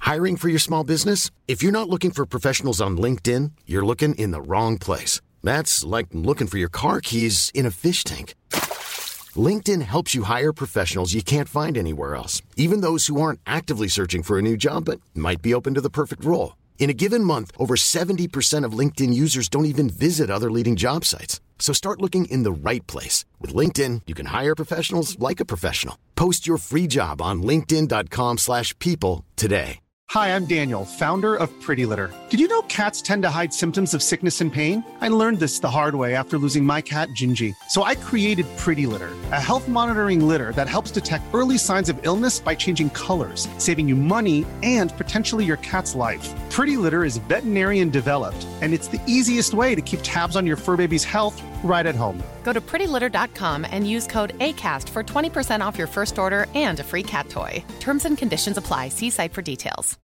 Hiring for your small business? If you're not looking for professionals on LinkedIn, you're looking in the wrong place. That's like looking for your car keys in a fish tank. LinkedIn helps you hire professionals you can't find anywhere else, even those who aren't actively searching for a new job but might be open to the perfect role. In a given month, over 70% of LinkedIn users don't even visit other leading job sites. So start looking in the right place. With LinkedIn, you can hire professionals like a professional. Post your free job on linkedin.com/people today. Hi, I'm Daniel, founder of Pretty Litter. Did you know cats tend to hide symptoms of sickness and pain? I learned this the hard way after losing my cat, Gingy. So I created Pretty Litter, a health monitoring litter that helps detect early signs of illness by changing colors, saving you money and potentially your cat's life. Pretty Litter is veterinarian developed, and it's the easiest way to keep tabs on your fur baby's health right at home. Go to prettylitter.com and use code ACAST for 20% off your first order and a free cat toy. Terms and conditions apply. See site for details.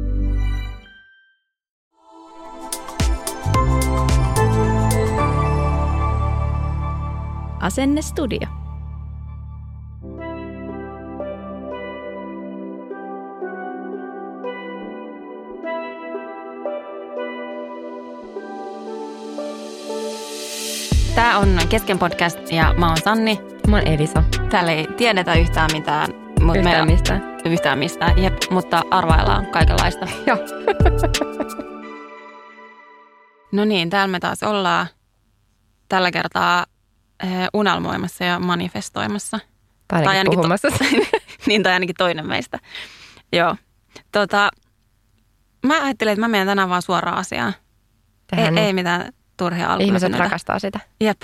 Asennestudio. Tää on Kesken podcast ja mä oon Sanni. Mä oon Elisa. Täällä ei tiedetä yhtään mitään. Yhtään mistään. Jep, mutta arvaillaan kaikenlaista. Joo. No niin, täällä me taas ollaan tällä kertaa unelmoimassa ja manifestoimassa. Tai ainakin puhumassa. Niin, tai ainakin toinen meistä. Joo. Mä ajattelin, että mä menen tänään vaan suoraan asiaan. Ei mitään turhia alkuja. Ihmiset rakastaa sitä. Jep.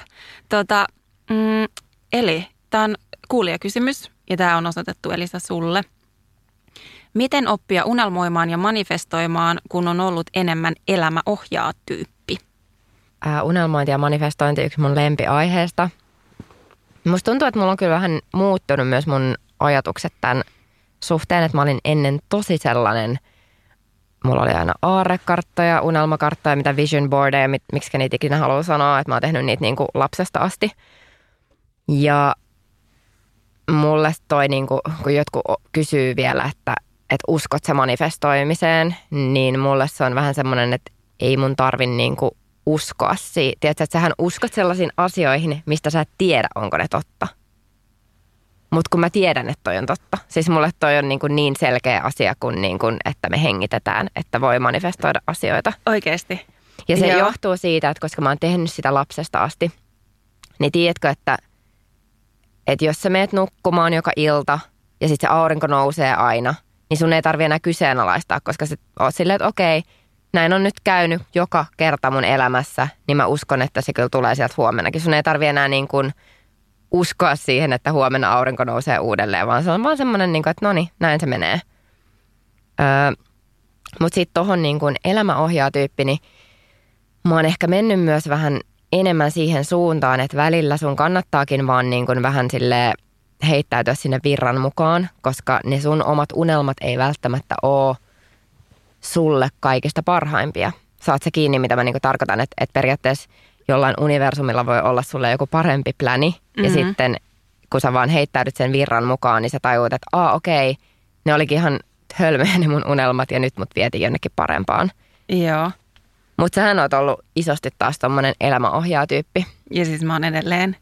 Eli tämä on kuulijakysymys ja tämä on osoitettu Elisa sulle. Miten oppia unelmoimaan ja manifestoimaan, kun on ollut enemmän elämä ohjaa -tyyppi? Unelmointi ja manifestointi yksi mun lempiaiheesta. Musta tuntuu, että mulla on kyllä vähän muuttunut myös mun ajatukset tämän suhteen, että mä olin ennen tosi sellainen. Mulla oli aina aarrekarttoja, unelmakarttoja, mitä vision boardeja, miksi niitä ikinä haluaa sanoa, että mä oon tehnyt niitä niin kuin lapsesta asti. Ja mulle toi, niin kuin, kun jotkut kysyy vielä, että uskot sä manifestoimiseen, niin mulle se on vähän semmoinen, että ei mun tarvi niin kuin uskoa siihen. Tiedätkö, että sähän uskot sellaisiin asioihin, mistä sä et tiedä, onko ne totta. Mutta kun mä tiedän, että toi on totta. Siis mulle toi on niin selkeä asia kuin, että me hengitetään, että voi manifestoida asioita. Oikeasti. Ja se johtuu siitä, että koska mä oon tehnyt sitä lapsesta asti, niin tiedätkö, että jos sä meet nukkumaan joka ilta ja sitten se aurinko nousee aina, niin sun ei tarvitse enää kyseenalaistaa, koska sä oot silleen, että okei, näin on nyt käynyt joka kerta mun elämässä, niin mä uskon, että se kyllä tulee sieltä huomennakin. Sun ei tarvitse enää niin kuin uskoa siihen, että huomenna aurinko nousee uudelleen, vaan se on vaan semmoinen, niin kuin, että no niin, näin se menee. Mutta sitten tohon niin kuin elämä ohjaa -tyyppi, niin mä oon ehkä mennyt myös vähän enemmän siihen suuntaan, että välillä sun kannattaakin vaan niin kuin vähän silleen heittäytyä sinne virran mukaan, koska ne sun omat unelmat ei välttämättä ole sulle kaikista parhaimpia. Saat sä kiinni, mitä mä niin kuin tarkoitan, että periaatteessa jollain universumilla voi olla sulle joku parempi pläni, ja sitten kun sä vaan heittäydyt sen virran mukaan, niin sä tajuut, että okei, ne olikin ihan hölmöjä ne mun unelmat, ja nyt mut vietiin jonnekin parempaan. Joo. Mutta sähän oot ollut isosti taas tommonen elämäohjaa -tyyppi. Ja siis mä oon edelleen.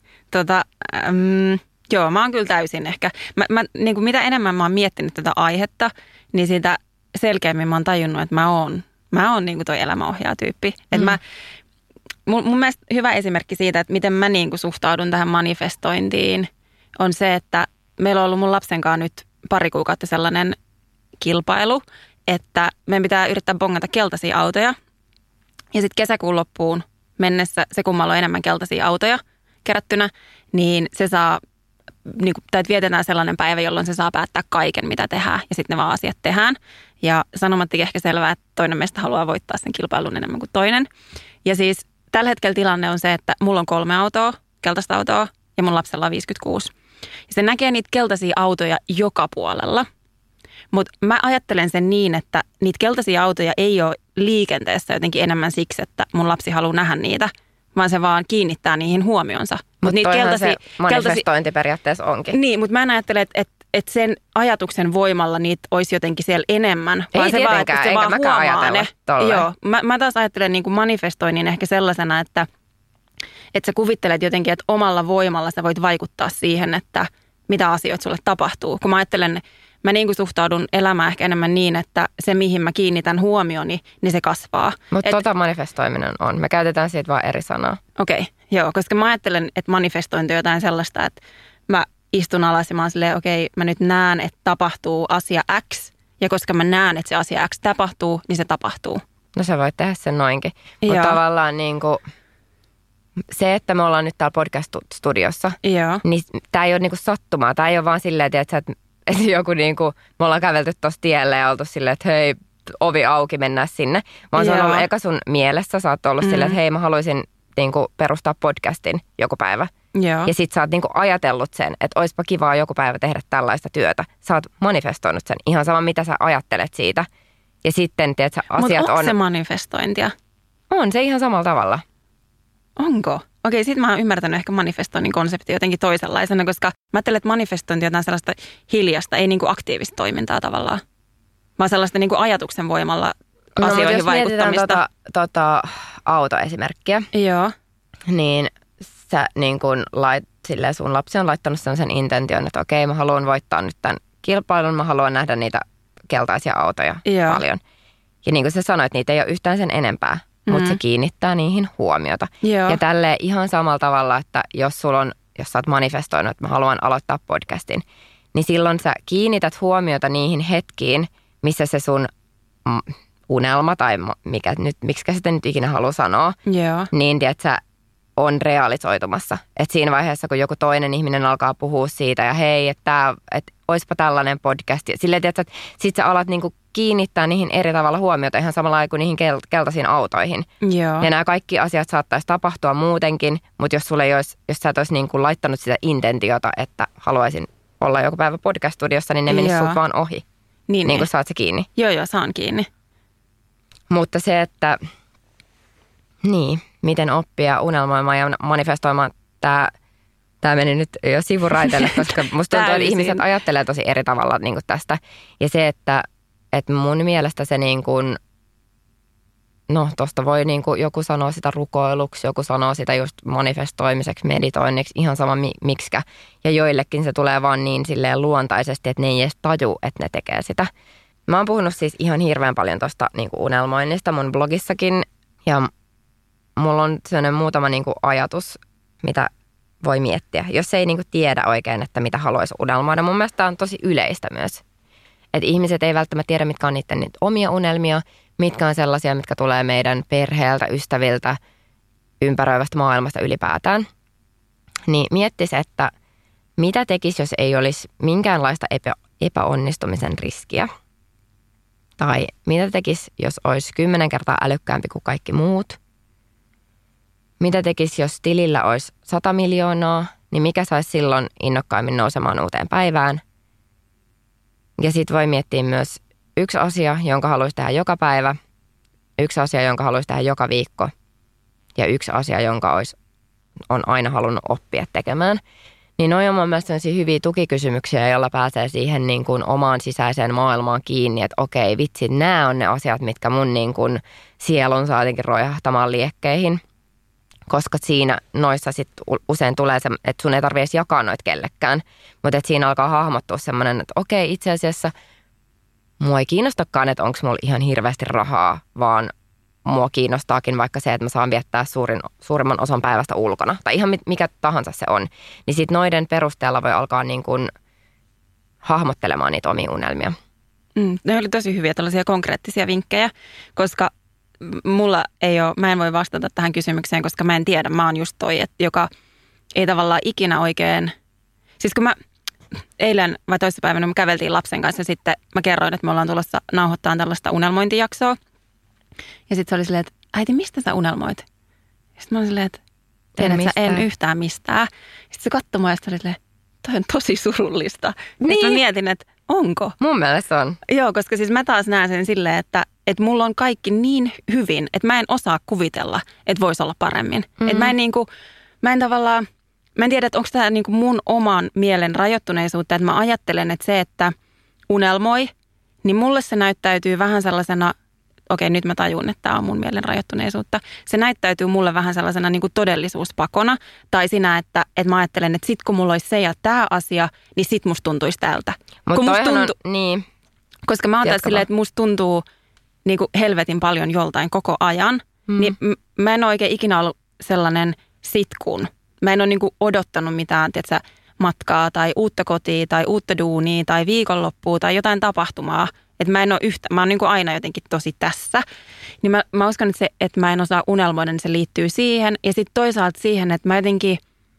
Joo, mä oon kyllä täysin ehkä. Niin kuin mitä enemmän mä oon miettinyt tätä aihetta, niin siitä selkeämmin mä oon tajunnut, että mä oon niin kuin toi elämäohjaa -tyyppi. Että mun mielestä hyvä esimerkki siitä, että miten mä niin kuin suhtaudun tähän manifestointiin, on se, että meillä on ollut mun lapsen kanssa nyt pari kuukautta sellainen kilpailu, että meidän pitää yrittää bongata keltaisia autoja. Ja sitten kesäkuun loppuun mennessä se, kummalla on enemmän keltaisia autoja kerättynä, niin se saa, niin kuin, tai vietetään sellainen päivä, jolloin se saa päättää kaiken, mitä tehdään, ja sitten ne vaan asiat tehdään. Ja sanomattakin ehkä selvää, että toinen meistä haluaa voittaa sen kilpailun enemmän kuin toinen. Ja siis tällä hetkellä tilanne on se, että mulla on 3 autoa, keltaista autoa, ja mun lapsella on 56. Ja se näkee niitä keltaisia autoja joka puolella. Mutta mä ajattelen sen niin, että niitä keltaisia autoja ei ole liikenteessä jotenkin enemmän siksi, että mun lapsi haluaa nähdä niitä, vaan se vaan kiinnittää niihin huomionsa. Mutta toihan se manifestointi periaatteessa onkin. Niin, mutta mä en ajattele, että että sen ajatuksen voimalla niitä olisi jotenkin siellä enemmän. Ei vaan se vaan, että se tietenkään, vaan eikä mäkään huomaa ajatella ne. tolleen. Joo, mä taas ajattelen niin kuin manifestoinnin ehkä sellaisena, että sä kuvittelet jotenkin, että omalla voimalla sä voit vaikuttaa siihen, että mitä asioita sulle tapahtuu. Kun mä ajattelen, mä niin kuin suhtaudun elämään ehkä enemmän niin, että se mihin mä kiinnitän huomioni, niin se kasvaa. Mutta manifestoiminen on. Me käytetään siitä vaan eri sanaa. Okei, joo, koska mä ajattelen, että manifestointi on jotain sellaista, että mä istun alas ja mä oon silleen, okei, mä nyt näen, että tapahtuu asia X. Ja koska mä näen, että se asia X tapahtuu, niin se tapahtuu. No sä voit tehdä sen noinkin. Mutta tavallaan niin kuin se, että me ollaan nyt täällä podcast-studiossa, niin tää ei ole niin kuin sattumaa. Tää ei ole vaan silleen, että joku niin kuin, me ollaan kävelty tuossa tiellä ja oltu silleen, että hei, ovi auki, mennään sinne. Vaan se on ollut eka sun mielessä. Sä oot ollut silleen, että hei, mä haluaisin niin kuin perustaa podcastin joku päivä. Joo. Ja sit sä oot niinku ajatellut sen, että oispa kivaa joku päivä tehdä tällaista työtä. Sä oot manifestoinut sen ihan sama, mitä sä ajattelet siitä. Ja sitten, tiedät sä, asiat on se manifestointia? On se ihan samalla tavalla. Onko? Okei, sit mä oon ymmärtänyt ehkä manifestoinnin konsepti jotenkin toisenlaisena, koska mä ajattelen, että manifestointi on jotain sellaista hiljasta, ei niinku aktiivista toimintaa tavallaan, vaan sellaista niinku ajatuksen voimalla asioihin vaikuttamista. Jos mietitään autoesimerkkiä, Joo. niin sä niin kun silleen sun lapsi on laittanut sen intention, että okei, mä haluan voittaa nyt tämän kilpailun, mä haluan nähdä niitä keltaisia autoja paljon. Ja niin kuin sä sanoit, niitä ei ole yhtään sen enempää, mutta se kiinnittää niihin huomiota. Joo. Ja tälleen ihan samalla tavalla, että jos sä oot manifestoinut, että mä haluan aloittaa podcastin, niin silloin sä kiinnität huomiota niihin hetkiin, missä se sun unelma tai miksi sitä nyt ikinä haluaa sanoa, niin tiedät sä, on realisoitumassa. Että siinä vaiheessa, kun joku toinen ihminen alkaa puhua siitä ja hei, että oispa tällainen podcast. Silleen, että sit sä alat niinku kiinnittää niihin eri tavalla huomiota ihan samalla lailla kuin niihin keltaisiin autoihin. Joo. Ja nämä kaikki asiat saattaisi tapahtua muutenkin, mutta jos sä et olisi niinku laittanut sitä intentiota, että haluaisin olla joku päivä podcast-studiossa, niin ne menis sut vaan ohi. Niin kuin saat se kiinni. Joo, saan kiinni. Mutta se, että niin, miten oppia unelmoimaan ja manifestoimaan, tämä meni nyt jo sivuraiteelle, koska musta tuntuu, että ihmiset ajattelee tosi eri tavalla niin kuin tästä. Ja se, että mun mielestä se niin kuin, no tosta voi niin kuin joku sanoa sitä rukoiluksi, joku sanoo sitä just manifestoimiseksi, meditoinniksi, ihan sama miksikä. Ja joillekin se tulee vaan niin silleen luontaisesti, että ne ei edes taju, että ne tekee sitä. Mä oon puhunut siis ihan hirveän paljon tosta niin kuin unelmoinnista mun blogissakin ja mulla on sellainen muutama niin kuin ajatus, mitä voi miettiä, jos ei niin kuin tiedä oikein, että mitä haluaisi unelmoida. Mun mielestä tämä on tosi yleistä myös. Että ihmiset ei välttämättä tiedä, mitkä on niiden omia unelmia, mitkä on sellaisia, mitkä tulee meidän perheeltä, ystäviltä, ympäröivästä maailmasta ylipäätään. Niin miettisi, että mitä tekisi, jos ei olisi minkäänlaista epäonnistumisen riskiä. Tai mitä tekisi, jos olisi 10 kertaa älykkäämpi kuin kaikki muut. Mitä tekisi, jos tilillä olisi 100 miljoonaa, niin mikä saisi silloin innokkaimmin nousemaan uuteen päivään? Ja sitten voi miettiä myös yksi asia, jonka haluaisi tehdä joka päivä, yksi asia, jonka haluaisi tehdä joka viikko ja yksi asia, jonka on aina halunnut oppia tekemään. Niin noi on mun mielestä sellaisia hyviä tukikysymyksiä, joilla pääsee siihen niin kuin omaan sisäiseen maailmaan kiinni, että okei, vitsi, nämä on ne asiat, mitkä mun niin kuin sielun saa jotenkin roihahtamaan liekkeihin. Koska noissa sitten usein tulee se, että sun ei tarvitse jakaa noita kellekään. Mutta että siinä alkaa hahmottua semmoinen, että okei, itse asiassa mua ei kiinnostakaan, että onko mulla ihan hirveästi rahaa, vaan mua kiinnostaakin vaikka se, että mä saan viettää suurimman osan päivästä ulkona. Tai ihan mikä tahansa se on. Niin sitten noiden perusteella voi alkaa niin kuin hahmottelemaan niitä omia unelmia. Ne oli tosi hyviä tällaisia konkreettisia vinkkejä, koska mä en voi vastata tähän kysymykseen, koska mä en tiedä. Mä oon just toi, joka ei tavallaan ikinä oikein. Siis kun mä eilen vai toissapäivänä me käveltiin lapsen kanssa ja sitten mä kerroin, että me ollaan tulossa nauhoittamaan tällaista unelmointijaksoa. Ja sitten se oli silleen, että äiti, mistä sä unelmoit? Ja sitten mä olin silleen, että en yhtään mistään. Sitten se katsoi mua ja sitten oli silleen, toi on tosi surullista. Niin. Sitten mä mietin, että onko? Mun mielestä on. Joo, koska siis mä taas näen sen silleen, että mulla on kaikki niin hyvin, että mä en osaa kuvitella, että voisi olla paremmin. Mm-hmm. Että mä en tavallaan, mä en tiedä, että onko tämä niinku mun oman mielen rajoittuneisuutta, että mä ajattelen, että se, että unelmoi, niin mulle se näyttäytyy vähän sellaisena, okei, nyt mä tajun, että tämä on mun mielen rajoittuneisuutta. Se näyttäytyy mulle vähän sellaisena niin kuin todellisuuspakona tai siinä, että mä ajattelen, että sit kun mulla olisi se ja tämä asia, niin sit musta tuntuisi tältä. Mutta niin. Koska mä ajattelen silleen, että musta tuntuu niin kuin helvetin paljon joltain koko ajan, niin mä en ole oikein ikinä ollut sellainen sitkun. Mä en ole niin kuin odottanut mitään, tiedätkö, matkaa tai uutta kotia tai uutta duunia tai viikonloppua tai jotain tapahtumaa. Että mä en ole mä oon niin kuin aina jotenkin tosi tässä. Niin mä uskon, että se, että mä en osaa unelmoida, niin se liittyy siihen. Ja sitten toisaalta siihen, että mä jotenkin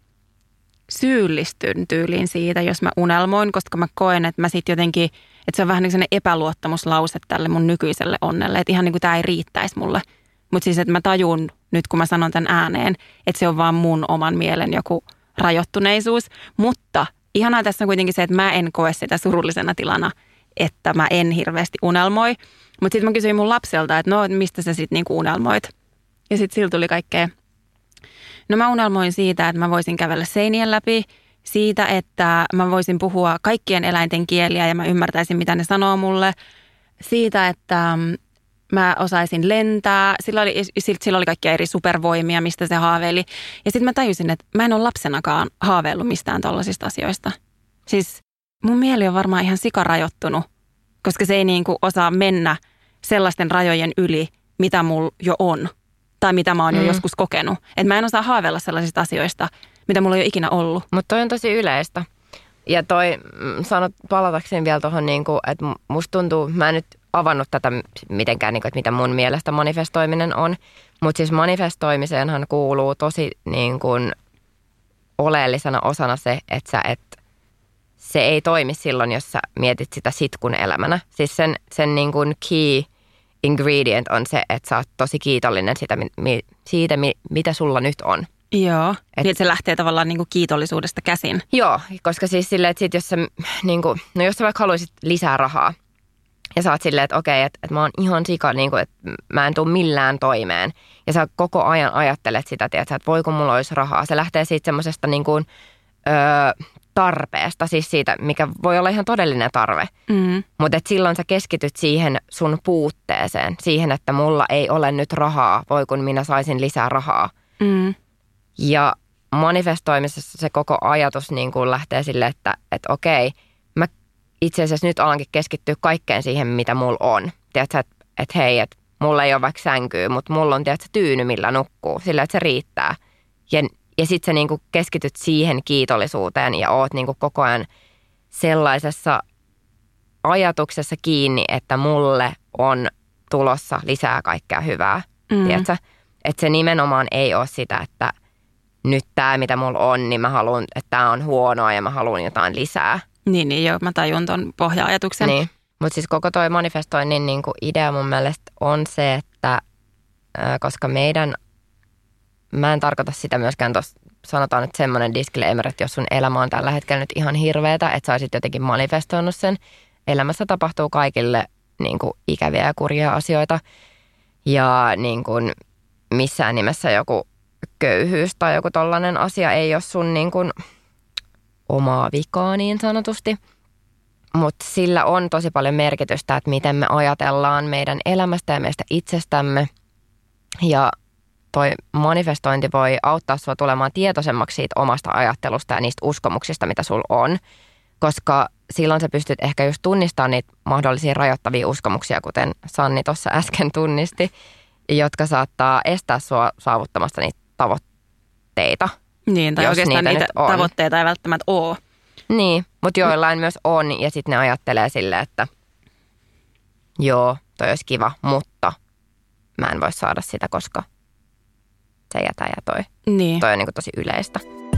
syyllistyn tyyliin siitä, jos mä unelmoin, koska mä koen, että mä sit jotenkin, että se on vähän niin sellainen epäluottamuslause tälle mun nykyiselle onnelle. Että ihan niin kuin tää ei riittäisi mulle. Mutta siis, että mä tajun nyt, kun mä sanon tämän ääneen, että se on vaan mun oman mielen joku rajoittuneisuus. Mutta ihanaa tässä on kuitenkin se, että mä en koe sitä surullisena tilana, että mä en hirveästi unelmoi. Mutta sitten mä kysyin mun lapselta, että no, mistä sä sitten niinku unelmoit? Ja sitten sillä tuli kaikkea. No mä unelmoin siitä, että mä voisin kävellä seinien läpi, siitä, että mä voisin puhua kaikkien eläinten kieliä ja mä ymmärtäisin, mitä ne sanoo mulle, siitä, että mä osaisin lentää. Sillä oli kaikkia eri supervoimia, mistä se haaveili. Ja sitten mä tajusin, että mä en ole lapsenakaan haaveillut mistään tollaisista asioista. Siis mun mieli on varmaan ihan sikarajoittunut, koska se ei niinku osaa mennä sellaisten rajojen yli, mitä mulla jo on. Tai mitä mä oon jo joskus kokenut. Että mä en osaa haaveilla sellaisista asioista, mitä mulla ei ole ikinä ollut. Mutta toi on tosi yleistä. Ja toi, sanot palatakseni vielä tuohon, niinku, että musta tuntuu, mä en nyt avannut tätä mitenkään, niinku, että mitä mun mielestä manifestoiminen on. Mutta siis manifestoimiseenhan kuuluu tosi niinku, oleellisena osana se, että se ei toimi silloin, jos sä mietit sitä sitkun elämänä. Siis sen niin kuin key ingredient on se, että sä oot tosi kiitollinen siitä, mitä sulla nyt on. Joo, niin että se lähtee tavallaan niin kuin kiitollisuudesta käsin. Joo, koska siis silleen, että sit jos sä, niin kuin, no jos sä vaikka haluaisit lisää rahaa ja sä oot silleen, että okei, että mä oon ihan sika, niin kuin, että mä en tule millään toimeen. Ja sä koko ajan ajattelet sitä, että voiko mulla olisi rahaa. Se lähtee siitä semmoisesta niin kuin, tarpeesta, siis siitä, mikä voi olla ihan todellinen tarve. Mutta silloin sä keskityt siihen sun puutteeseen, siihen, että mulla ei ole nyt rahaa, voi kun minä saisin lisää rahaa. Ja manifestoimisessa se koko ajatus niin kuin lähtee sille, että okei, mä itse asiassa nyt alankin keskittyä kaikkeen siihen, mitä mulla on. Tiedätkö, että hei, että mulla ei ole vaikka sänkyä, mutta mulla on tiedätkö, tyyny, millä nukkuu, sillä että se riittää. Ja sit sä niinku keskityt siihen kiitollisuuteen ja oot niinku koko ajan sellaisessa ajatuksessa kiinni, että mulle on tulossa lisää kaikkea hyvää. Tiedätkö? Että se nimenomaan ei ole sitä, että nyt tämä mitä mulla on, niin mä haluan, että tämä on huonoa ja mä haluan jotain lisää. Niin joo, mä tajun ton pohja-ajatuksen. Niin, mutta siis koko toi manifestoinnin niinku idea mun mielestä on se, että koska mä en tarkoita sitä myöskään tuossa, sanotaan, että semmoinen disclaimer, että jos sun elämä on tällä hetkellä nyt ihan hirveetä, että sä olisit jotenkin manifestoinut sen. Elämässä tapahtuu kaikille niin kuin ikäviä ja kurjia asioita ja niin kuin missään nimessä joku köyhyys tai joku tollainen asia ei ole sun niin kuin omaa vikaa niin sanotusti. Mutta sillä on tosi paljon merkitystä, että miten me ajatellaan meidän elämästä ja meistä itsestämme ja toi manifestointi voi auttaa sua tulemaan tietoisemmaksi siitä omasta ajattelusta ja niistä uskomuksista, mitä sulla on. Koska silloin sä pystyt ehkä just tunnistamaan niitä mahdollisia rajoittavia uskomuksia, kuten Sanni tuossa äsken tunnisti, jotka saattaa estää sua saavuttamasta niitä tavoitteita. Niin, tai oikeastaan niitä tavoitteita ei välttämättä ole. Niin, mutta joillain myös on ja sitten ne ajattelee silleen, että joo, toi olisi kiva, mutta mä en voi saada sitä, koska se jätä ja toi. Niin. Toi on niin kuin tosi yleistä.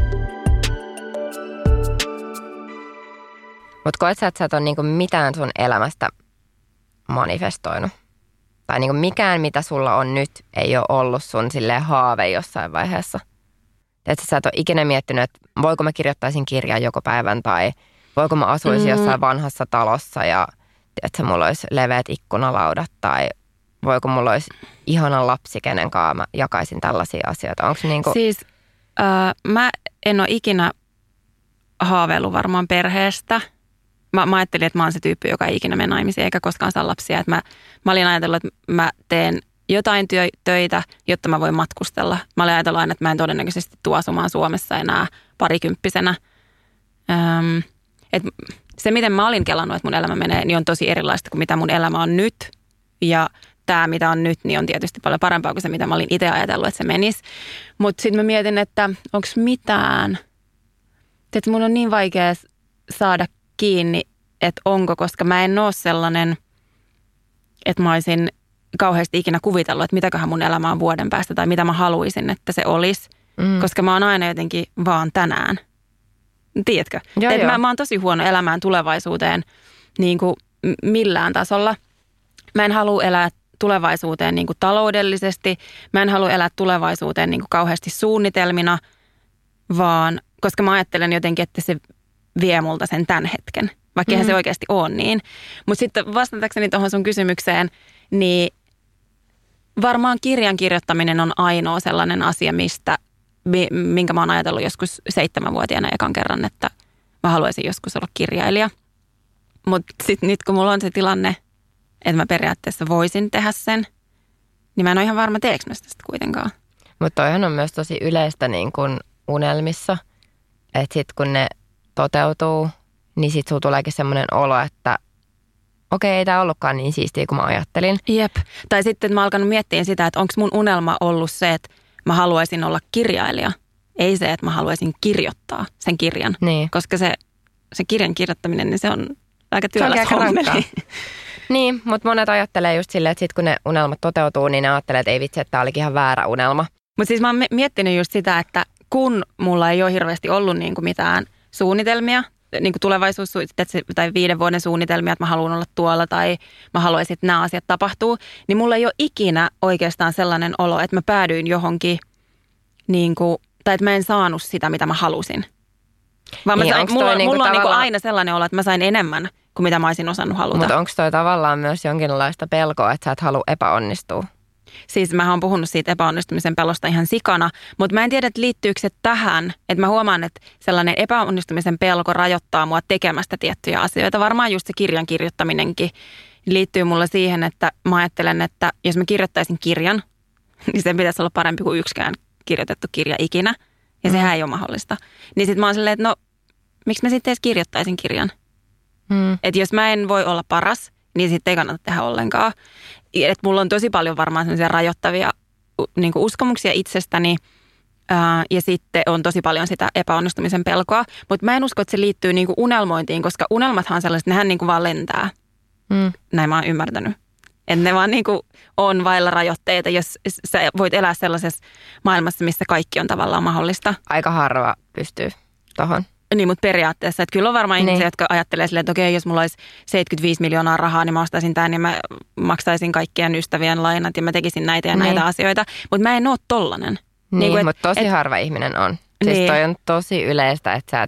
Mutta koet sä, että sä et ole niin kuin mitään sun elämästä manifestoinut? Tai niin kuin mikään, mitä sulla on nyt, ei ole ollut sun silleen haave jossain vaiheessa? Että sä et ole ikinä miettinyt, että voiko mä kirjoittaisin kirjan joko päivän tai voiko mä asuisin jossain vanhassa talossa ja että mulla olisi leveät ikkunalaudat tai voiko mulla olisi ihana lapsi, kenen kanssa mä jakaisin tällaisia asioita? Onko niinku... Siis mä en ole ikinä haaveillut varmaan perheestä. Mä ajattelin, että mä oon se tyyppi, joka ei ikinä mene naimisiin eikä koskaan saa lapsia. Että mä olin ajatellut, että mä teen jotain töitä, jotta mä voin matkustella. Mä olin ajatellut aina, että mä en todennäköisesti tule asumaan Suomessa enää parikymppisenä. Että se, miten mä olin kelannut, että mun elämä menee, niin on tosi erilaista kuin mitä mun elämä on nyt. Ja tämä, mitä on nyt, niin on tietysti paljon parempaa kuin se, mitä mä olin itse ajatellut, että se menisi. Mutta sitten mä mietin, että onko mitään, että mun on niin vaikea saada kiinni, että onko, koska mä en ole sellainen, että mä olisin kauheasti ikinä kuvitellut, että mitäköhän mun elämä on vuoden päästä tai mitä mä haluaisin, että se olisi. Koska mä oon aina jotenkin vaan tänään. Tiedätkö? Mä oon tosi huono elämään tulevaisuuteen niin kuin millään tasolla. Mä en halua elää tulevaisuuteen niin kuin taloudellisesti. Mä en halua elää tulevaisuuteen niin kuin kauheasti suunnitelmina, vaan koska mä ajattelen jotenkin, että se vie multa sen tämän hetken, vaikka eihän se oikeasti ole niin. Mutta sitten vastatakseni tuohon sun kysymykseen, niin varmaan kirjan kirjoittaminen on ainoa sellainen asia, minkä mä oon ajatellut joskus 7-vuotiaana ekan kerran, että mä haluaisin joskus olla kirjailija. Mutta sitten nyt kun mulla on se tilanne, että mä periaatteessa voisin tehdä sen, niin mä en ole ihan varma, teekö mä sitä kuitenkaan. Mutta toihan on myös tosi yleistä niin kun unelmissa, että sitten kun ne toteutuu, niin sitten sulla tuleekin semmoinen olo, että okei, ei tämä ollutkaan niin siistiä kuin mä ajattelin. Jep. Tai sitten mä oon alkanut miettiä sitä, että onko mun unelma ollut se, että mä haluaisin olla kirjailija. Ei se, että mä haluaisin kirjoittaa sen kirjan. Niin. Koska se kirjan kirjoittaminen, niin se on aika työläs hommeli. Niin, mutta monet ajattelee just silleen, että sit kun ne unelmat toteutuu, niin ne ajattelee, että ei vitsi, että tämä olikin ihan väärä unelma. Mutta siis mä oon miettinyt just sitä, että kun mulla ei ole hirveästi ollut niinku mitään suunnitelmia, niinku tulevaisuus tai 5 vuoden suunnitelmia, että mä haluan olla tuolla tai mä haluaisin, että nämä asiat tapahtuu, niin mulla ei ole ikinä oikeastaan sellainen olo, että mä päädyin johonkin, niinku, tai että mä en saanut sitä, mitä mä halusin. Vaan niin, mulla on tavallaan niinku aina sellainen olo, että mä sain enemmän kuin mitä mä olisin osannut haluta. Mutta onko toi tavallaan myös jonkinlaista pelkoa, että sä et halua epäonnistua? Siis mä oon puhunut siitä epäonnistumisen pelosta ihan sikana, mutta mä en tiedä, että liittyykö se tähän, että mä huomaan, että sellainen epäonnistumisen pelko rajoittaa mua tekemästä tiettyjä asioita. Varmaan just se kirjan kirjoittaminenkin liittyy mulle siihen, että mä ajattelen, että jos mä kirjoittaisin kirjan, niin sen pitäisi olla parempi kuin yksikään kirjoitettu kirja ikinä, ja sehän ei ole mahdollista. Niin sit mä oon silleen, että no, miksi mä sitten edes kirjoittaisin kirjan? Että jos mä en voi olla paras, niin sitten ei kannata tehdä ollenkaan. Et mulla on tosi paljon varmaan sellaisia rajoittavia niin kuin uskomuksia itsestäni ja sitten on tosi paljon sitä epäonnistumisen pelkoa. Mutta mä en usko, että se liittyy niin kuin unelmointiin, koska unelmathan on sellaiset, nehän niin kuin vaan lentää. Näin mä oon ymmärtänyt. Että ne vaan niin kuin on vailla rajoitteita, jos sä voit elää sellaisessa maailmassa, missä kaikki on tavallaan mahdollista. Aika harva pystyy tohon. Niin, mutta periaatteessa, että kyllä on varmaan ihmisiä, jotka ajattelee silleen, että okei, jos mulla olisi 75 miljoonaa rahaa, niin mä ostaisin tämän, niin mä maksaisin kaikkien ystävien lainat ja mä tekisin näitä ja näitä asioita. Mutta mä en ole tollanen. Niin, mutta tosi harva ihminen on. Siis toi on tosi yleistä, että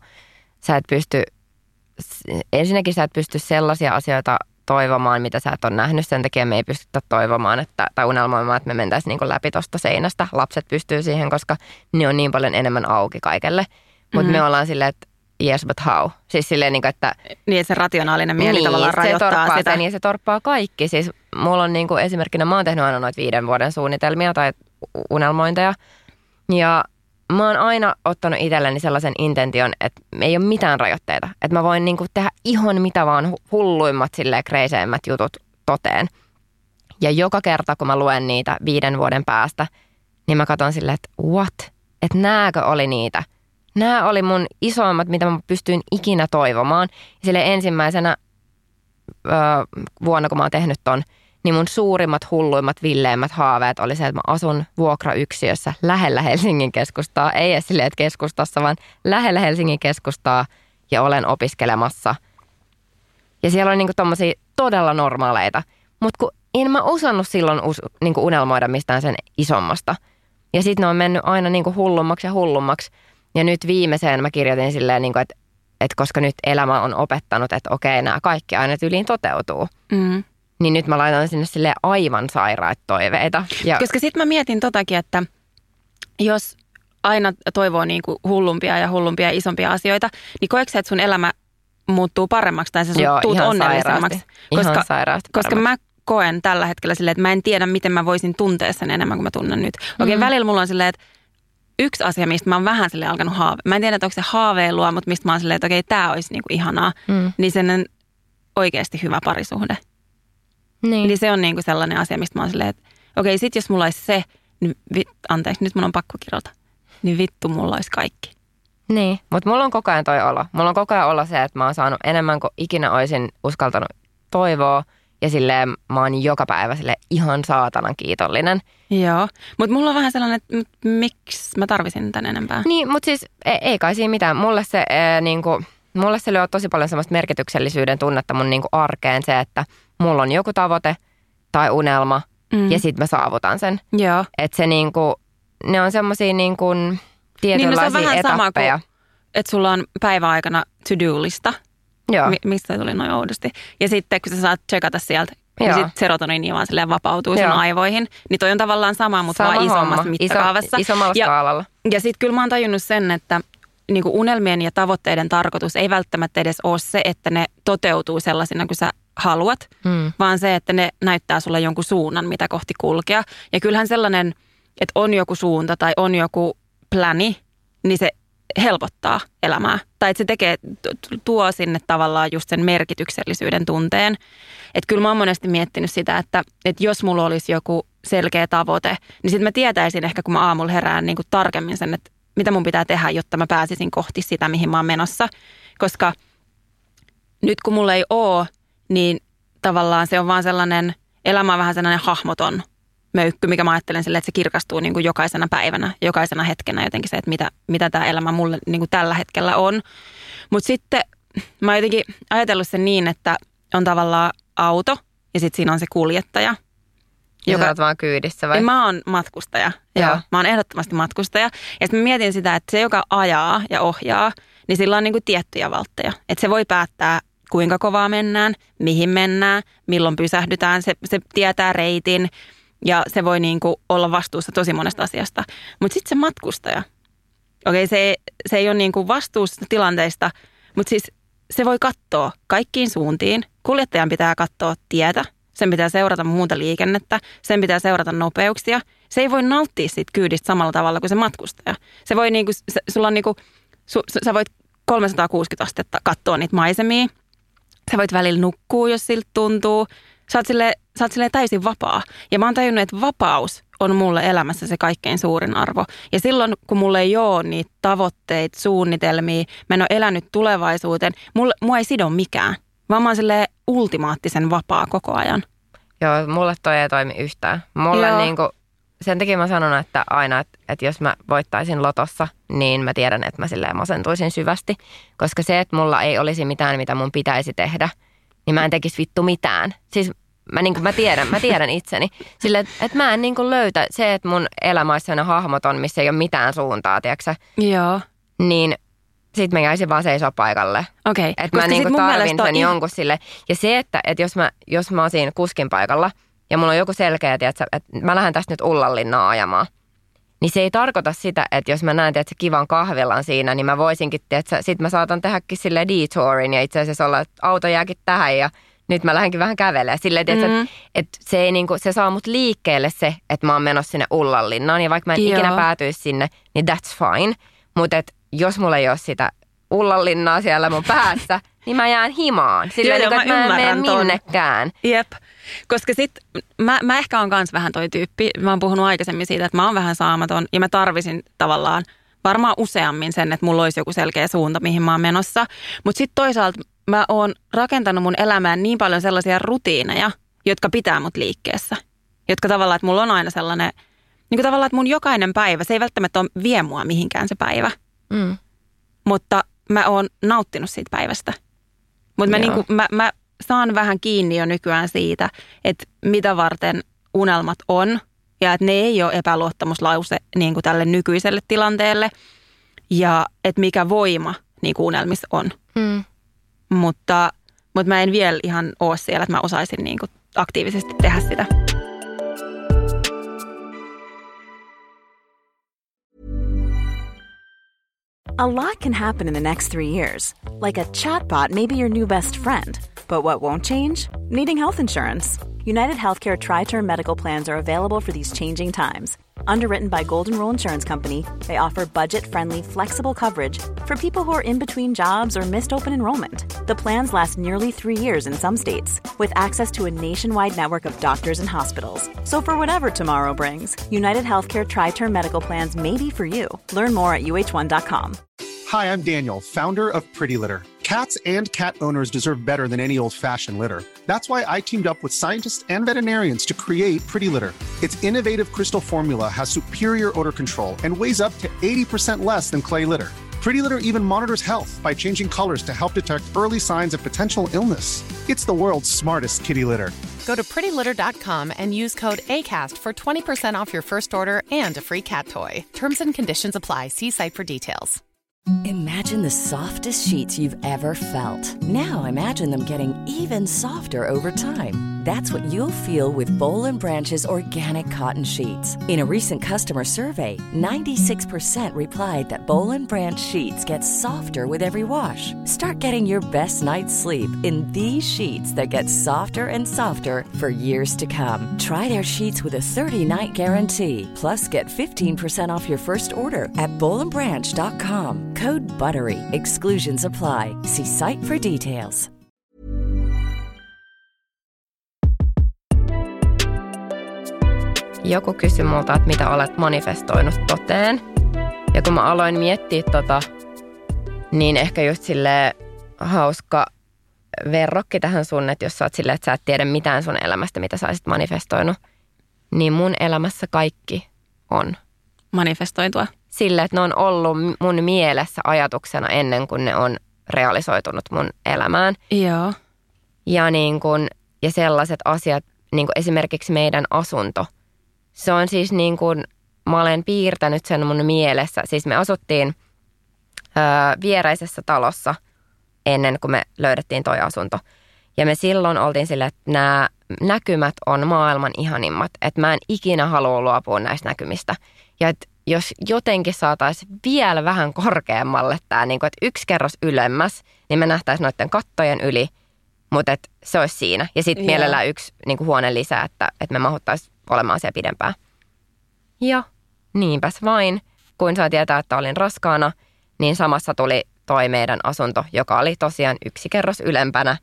sä et pysty, ensinnäkin sä et pysty sellaisia asioita toivomaan, mitä sä et ole nähnyt. Sen takia me ei pystytä toivomaan tai unelmoimaan, että me mentäisiin niin kuin läpi tuosta seinästä. Lapset pystyy siihen, koska ne on niin paljon enemmän auki kaikelle. Mutta me ollaan silleen, että yes, but how? Siis silleen, niin kuin, että niin, että se rationaalinen mieli tavallaan rajoittaa sitä. Niin, se torppaa kaikki. Siis mulla on niin kuin esimerkkinä, mä oon tehnyt aina noita 5 vuoden suunnitelmia tai unelmointeja. Ja mä oon aina ottanut itselleni sellaisen intention, että ei ole mitään rajoitteita. Että mä voin niin kuin tehdä ihan mitä vaan hulluimmat, silleen kreiseimmät jutut toteen. Ja joka kerta, kun mä luen niitä 5 vuoden päästä, niin mä katson silleen, että what? Että nääkö oli niitä? Nämä oli mun isoimmat, mitä mä pystyin ikinä toivomaan. Ja sille ensimmäisenä vuonna, kun mä oon tehnyt ton, niin mun suurimmat, hulluimmat, villeimmät haaveet oli se, että mä asun vuokrayksiössä lähellä Helsingin keskustaa. Ei edes silleen, että keskustassa, vaan lähellä Helsingin keskustaa ja olen opiskelemassa. Ja siellä oli niinku tommosia todella normaaleita. Mutta kun en mä osannut silloin niinku unelmoida mistään sen isommasta. Ja sitten ne on mennyt aina niinku hullummaksi ja hullummaksi. Ja nyt viimeiseen mä kirjoitin silleen, että koska nyt elämä on opettanut, että okei, nämä kaikki aina tyyliin toteutuu. Niin nyt mä laitan sinne silleen aivan sairaat toiveita. Koska sit mä mietin totakin, että jos aina toivoo niin kuin hullumpia ja isompia asioita, niin koetko sä, että sun elämä muuttuu paremmaksi tai sä tuut onnellisemmaksi? Koska mä koen tällä hetkellä silleen, että mä en tiedä, miten mä voisin tuntea sen enemmän kuin mä tunnen nyt. Okei, välillä mulla on silleen, että yksi asia, mistä mä oon vähän silleen alkanut mä en tiedä, että onko se haaveilua, mutta mistä mä oon silleen, että okei, tää olisi niinku ihanaa. Niin sen on oikeasti hyvä parisuhde. Niin se on niinku sellainen asia, mistä mä oon silleen, että okei, sit jos mulla olisi se, niin anteeksi, nyt mun on pakko kirjoittaa, niin vittu mulla olisi kaikki. Niin, mutta mulla on koko ajan toi olo. Mulla on koko ajan olo se, että mä oon saanut enemmän kuin ikinä olisin uskaltanut toivoa. Ja silleen mä oon joka päivä silleen ihan saatanan kiitollinen. Joo, mutta mulla on vähän sellainen, että miksi mä tarvisin tän enempää? Niin, mutta siis ei kai siinä mitään. Mulle se lyö tosi paljon semmoista merkityksellisyyden tunnetta mun niinku arkeen se, että mulla on joku tavoite tai unelma ja sit mä saavutan sen. Joo. Että se niinku, ne on semmosia niinku tietynlaisia etappeja. Niin, se on vähän sama kuin, että sulla on päiväaikana to-do-lista. Joo. Mistä tuli noin oudosti. Ja sitten kun sä saat checkata sieltä, niin sitten serotoniini vaan silleen vapautuu sun aivoihin. Niin toi on tavallaan sama, mutta vaan isommassa mittakaavassa. Isommalla skaalalla. Ja sitten kyllä mä oon tajunnut sen, että niinku unelmien ja tavoitteiden tarkoitus ei välttämättä edes ole se, että ne toteutuu sellaisina kuin sä haluat, vaan se, että ne näyttää sulle jonkun suunnan, mitä kohti kulkea. Ja kyllähän sellainen, että on joku suunta tai on joku pläni, niin se helpottaa elämää. Tai että se tuo sinne tavallaan just sen merkityksellisyyden tunteen. Että kyllä mä oon monesti miettinyt sitä, että jos mulla olisi joku selkeä tavoite, niin sitten mä tietäisin ehkä, kun mä aamulla herään niin kuin tarkemmin sen, että mitä mun pitää tehdä, jotta mä pääsisin kohti sitä, mihin mä oon menossa. Koska nyt kun mulla ei ole, niin tavallaan se on vaan sellainen, elämä on vähän sellainen hahmoton möykky, mikä mä ajattelen silleen, että se kirkastuu niin kuin jokaisena päivänä, jokaisena hetkenä jotenkin se, että mitä tämä elämä mulle niin kuin tällä hetkellä on. Mutta sitten mä oon jotenkin ajatellut sen niin, että on tavallaan auto ja sitten siinä on se kuljettaja. Ja sä oot vaan kyydissä vai? Mä oon matkustaja. Joo. Mä oon ehdottomasti matkustaja. Ja sitten mä mietin sitä, että se, joka ajaa ja ohjaa, niin sillä on niin kuin tiettyjä valtteja. Että se voi päättää, kuinka kovaa mennään, mihin mennään, milloin pysähdytään. Se tietää reitin. Ja se voi niinku olla vastuussa tosi monesta asiasta. Mutta sitten se matkustaja, okei, se ei ole niinku vastuussa tilanteista, mutta siis se voi katsoa kaikkiin suuntiin. Kuljettajan pitää katsoa tietä, sen pitää seurata muuta liikennettä, sen pitää seurata nopeuksia. Se ei voi nauttia siitä kyydistä samalla tavalla kuin se matkustaja. Se voi niinku, sulla on niinku, sä voit 360 astetta katsoa niitä maisemia. Sä voit välillä nukkua, jos siltä tuntuu. Sä oot silleen täysin vapaa. Ja mä oon tajunnut, että vapaus on mulle elämässä se kaikkein suurin arvo. Ja silloin, kun mulla ei ole niitä tavoitteita, suunnitelmia, mä en ole elänyt tulevaisuuteen, mua ei sido mikään. Vaan mä oon silleen ultimaattisen vapaa koko ajan. Joo, mulle toi ei toimi yhtään. Mulle niinku, sen takia mä sanon, että aina, että jos mä voittaisin lotossa, niin mä tiedän, että mä silleen masentuisin syvästi. Koska se, että mulla ei olisi mitään, mitä mun pitäisi tehdä, niin mä en tekisi vittu mitään. Siis mä tiedän itseni. Sille, että mä en niinku löytä se, että mun elämä olisi sellainen hahmoton, missä ei ole mitään suuntaa, tiiäksä? Joo. Niin sit mä jäisin vaan seisoo paikalle. Okei. Että mä niinku tarvin sen jonkun sille. Ja se, että jos mä oon siinä kuskin paikalla ja mulla on joku selkeä, tiiäksä, että mä lähden tästä nyt Ullanlinnaa ajamaan. Niin se ei tarkoita sitä, että jos mä näen, tiiäksä, kivan kahvilan siinä, niin mä voisinkin, tiiäksä, sit mä saatan tehdäkin silleen detourin ja itse asiassa olla, että auto jääkin tähän ja nyt mä lähdenkin vähän kävelemään. Silleen, että se, ei niinku, se saa mut liikkeelle se, että mä oon menossa sinne Ullanlinnaan. Ja vaikka mä en ikinä päätyisi sinne, niin that's fine. Mutta jos mulla ei ole sitä Ullanlinnaa siellä mun päässä, niin mä jään himaan. Silleen, että mä en mene minnekään. Jep. Koska sit mä ehkä on kans vähän toi tyyppi. Mä oon puhunut aikaisemmin siitä, että mä oon vähän saamaton. Ja mä tarvisin tavallaan varmaan useammin sen, että mulla olisi joku selkeä suunta, mihin mä oon menossa. Mutta sitten toisaalta mä oon rakentanut mun elämään niin paljon sellaisia rutiineja, jotka pitää mut liikkeessä. Jotka tavallaan, että mulla on aina sellainen, niin kuin tavallaan, että mun jokainen päivä, se ei välttämättä ole vie mua mihinkään se päivä. Mutta mä oon nauttinut siitä päivästä. Mutta mä saan vähän kiinni jo nykyään siitä, että mitä varten unelmat on. Ja että ne ei ole epäluottamuslause niin kuin tälle nykyiselle tilanteelle. Ja että mikä voima niin kuin unelmissa on. Mutta mä en vielä ihan ole siellä, että mä osaisin niin kuin aktiivisesti tehdä sitä. A lot can happen in the next 3 years. Like a chatbot may be your new best friend. But what won't change? Needing health insurance. United Healthcare Tri-Term Medical Plans are available for these changing times. Underwritten by Golden Rule Insurance Company, they offer budget-friendly, flexible coverage for people who are in between jobs or missed open enrollment. The plans last nearly 3 years in some states, with access to a nationwide network of doctors and hospitals. So for whatever tomorrow brings, United Healthcare Tri-Term Medical Plans may be for you. Learn more at uh1.com. Hi, I'm Daniel, founder of Pretty Litter. Cats and cat owners deserve better than any old-fashioned litter. That's why I teamed up with scientists and veterinarians to create Pretty Litter. Its innovative crystal formula has superior odor control and weighs up to 80% less than clay litter. Pretty Litter even monitors health by changing colors to help detect early signs of potential illness. It's the world's smartest kitty litter. Go to prettylitter.com and use code ACAST for 20% off your first order and a free cat toy. Terms and conditions apply. See site for details. Imagine the softest sheets you've ever felt. Now imagine them getting even softer over time. That's what you'll feel with Boll & Branch's organic cotton sheets. In a recent customer survey, 96% replied that Boll & Branch sheets get softer with every wash. Start getting your best night's sleep in these sheets that get softer and softer for years to come. Try their sheets with a 30-night guarantee. Plus, get 15% off your first order at bollandbranch.com. Code BUTTERY. Exclusions apply. See site for details. Joku kysyi multa, että mitä olet manifestoinut toteen. Ja kun mä aloin miettiä niin ehkä just silleen hauska verrokki tähän sun, että jos sä oot silleen, että sä et tiedä mitään sun elämästä, mitä sä olisit manifestoinut, niin mun elämässä kaikki on manifestoitua. Silleen, että ne on ollut mun mielessä ajatuksena ennen kuin ne on realisoitunut mun elämään. Joo. Ja, ja sellaiset asiat, niin kuin esimerkiksi meidän asunto. Se on siis niin kuin, mä olen piirtänyt sen mun mielessä. Siis me asuttiin viereisessä talossa ennen kuin me löydettiin toi asunto. Ja me silloin oltiin silleen, että nämä näkymät on maailman ihanimmat. Että mä en ikinä halua luopua näistä näkymistä. Ja että jos jotenkin saataisiin vielä vähän korkeammalle tämä, niin kuin, että yksi kerros ylemmäs, niin me nähtäisiin noiden kattojen yli, mutta että se olisi siinä. Ja sitten mielellään yksi niin kuin huone lisää, että me mahuttaisiin olemaan siellä pidempään. Ja niinpäs vain, kun saa tietää, että olin raskaana, niin samassa tuli toi meidän asunto, joka oli tosiaan yksi kerros ylempänä.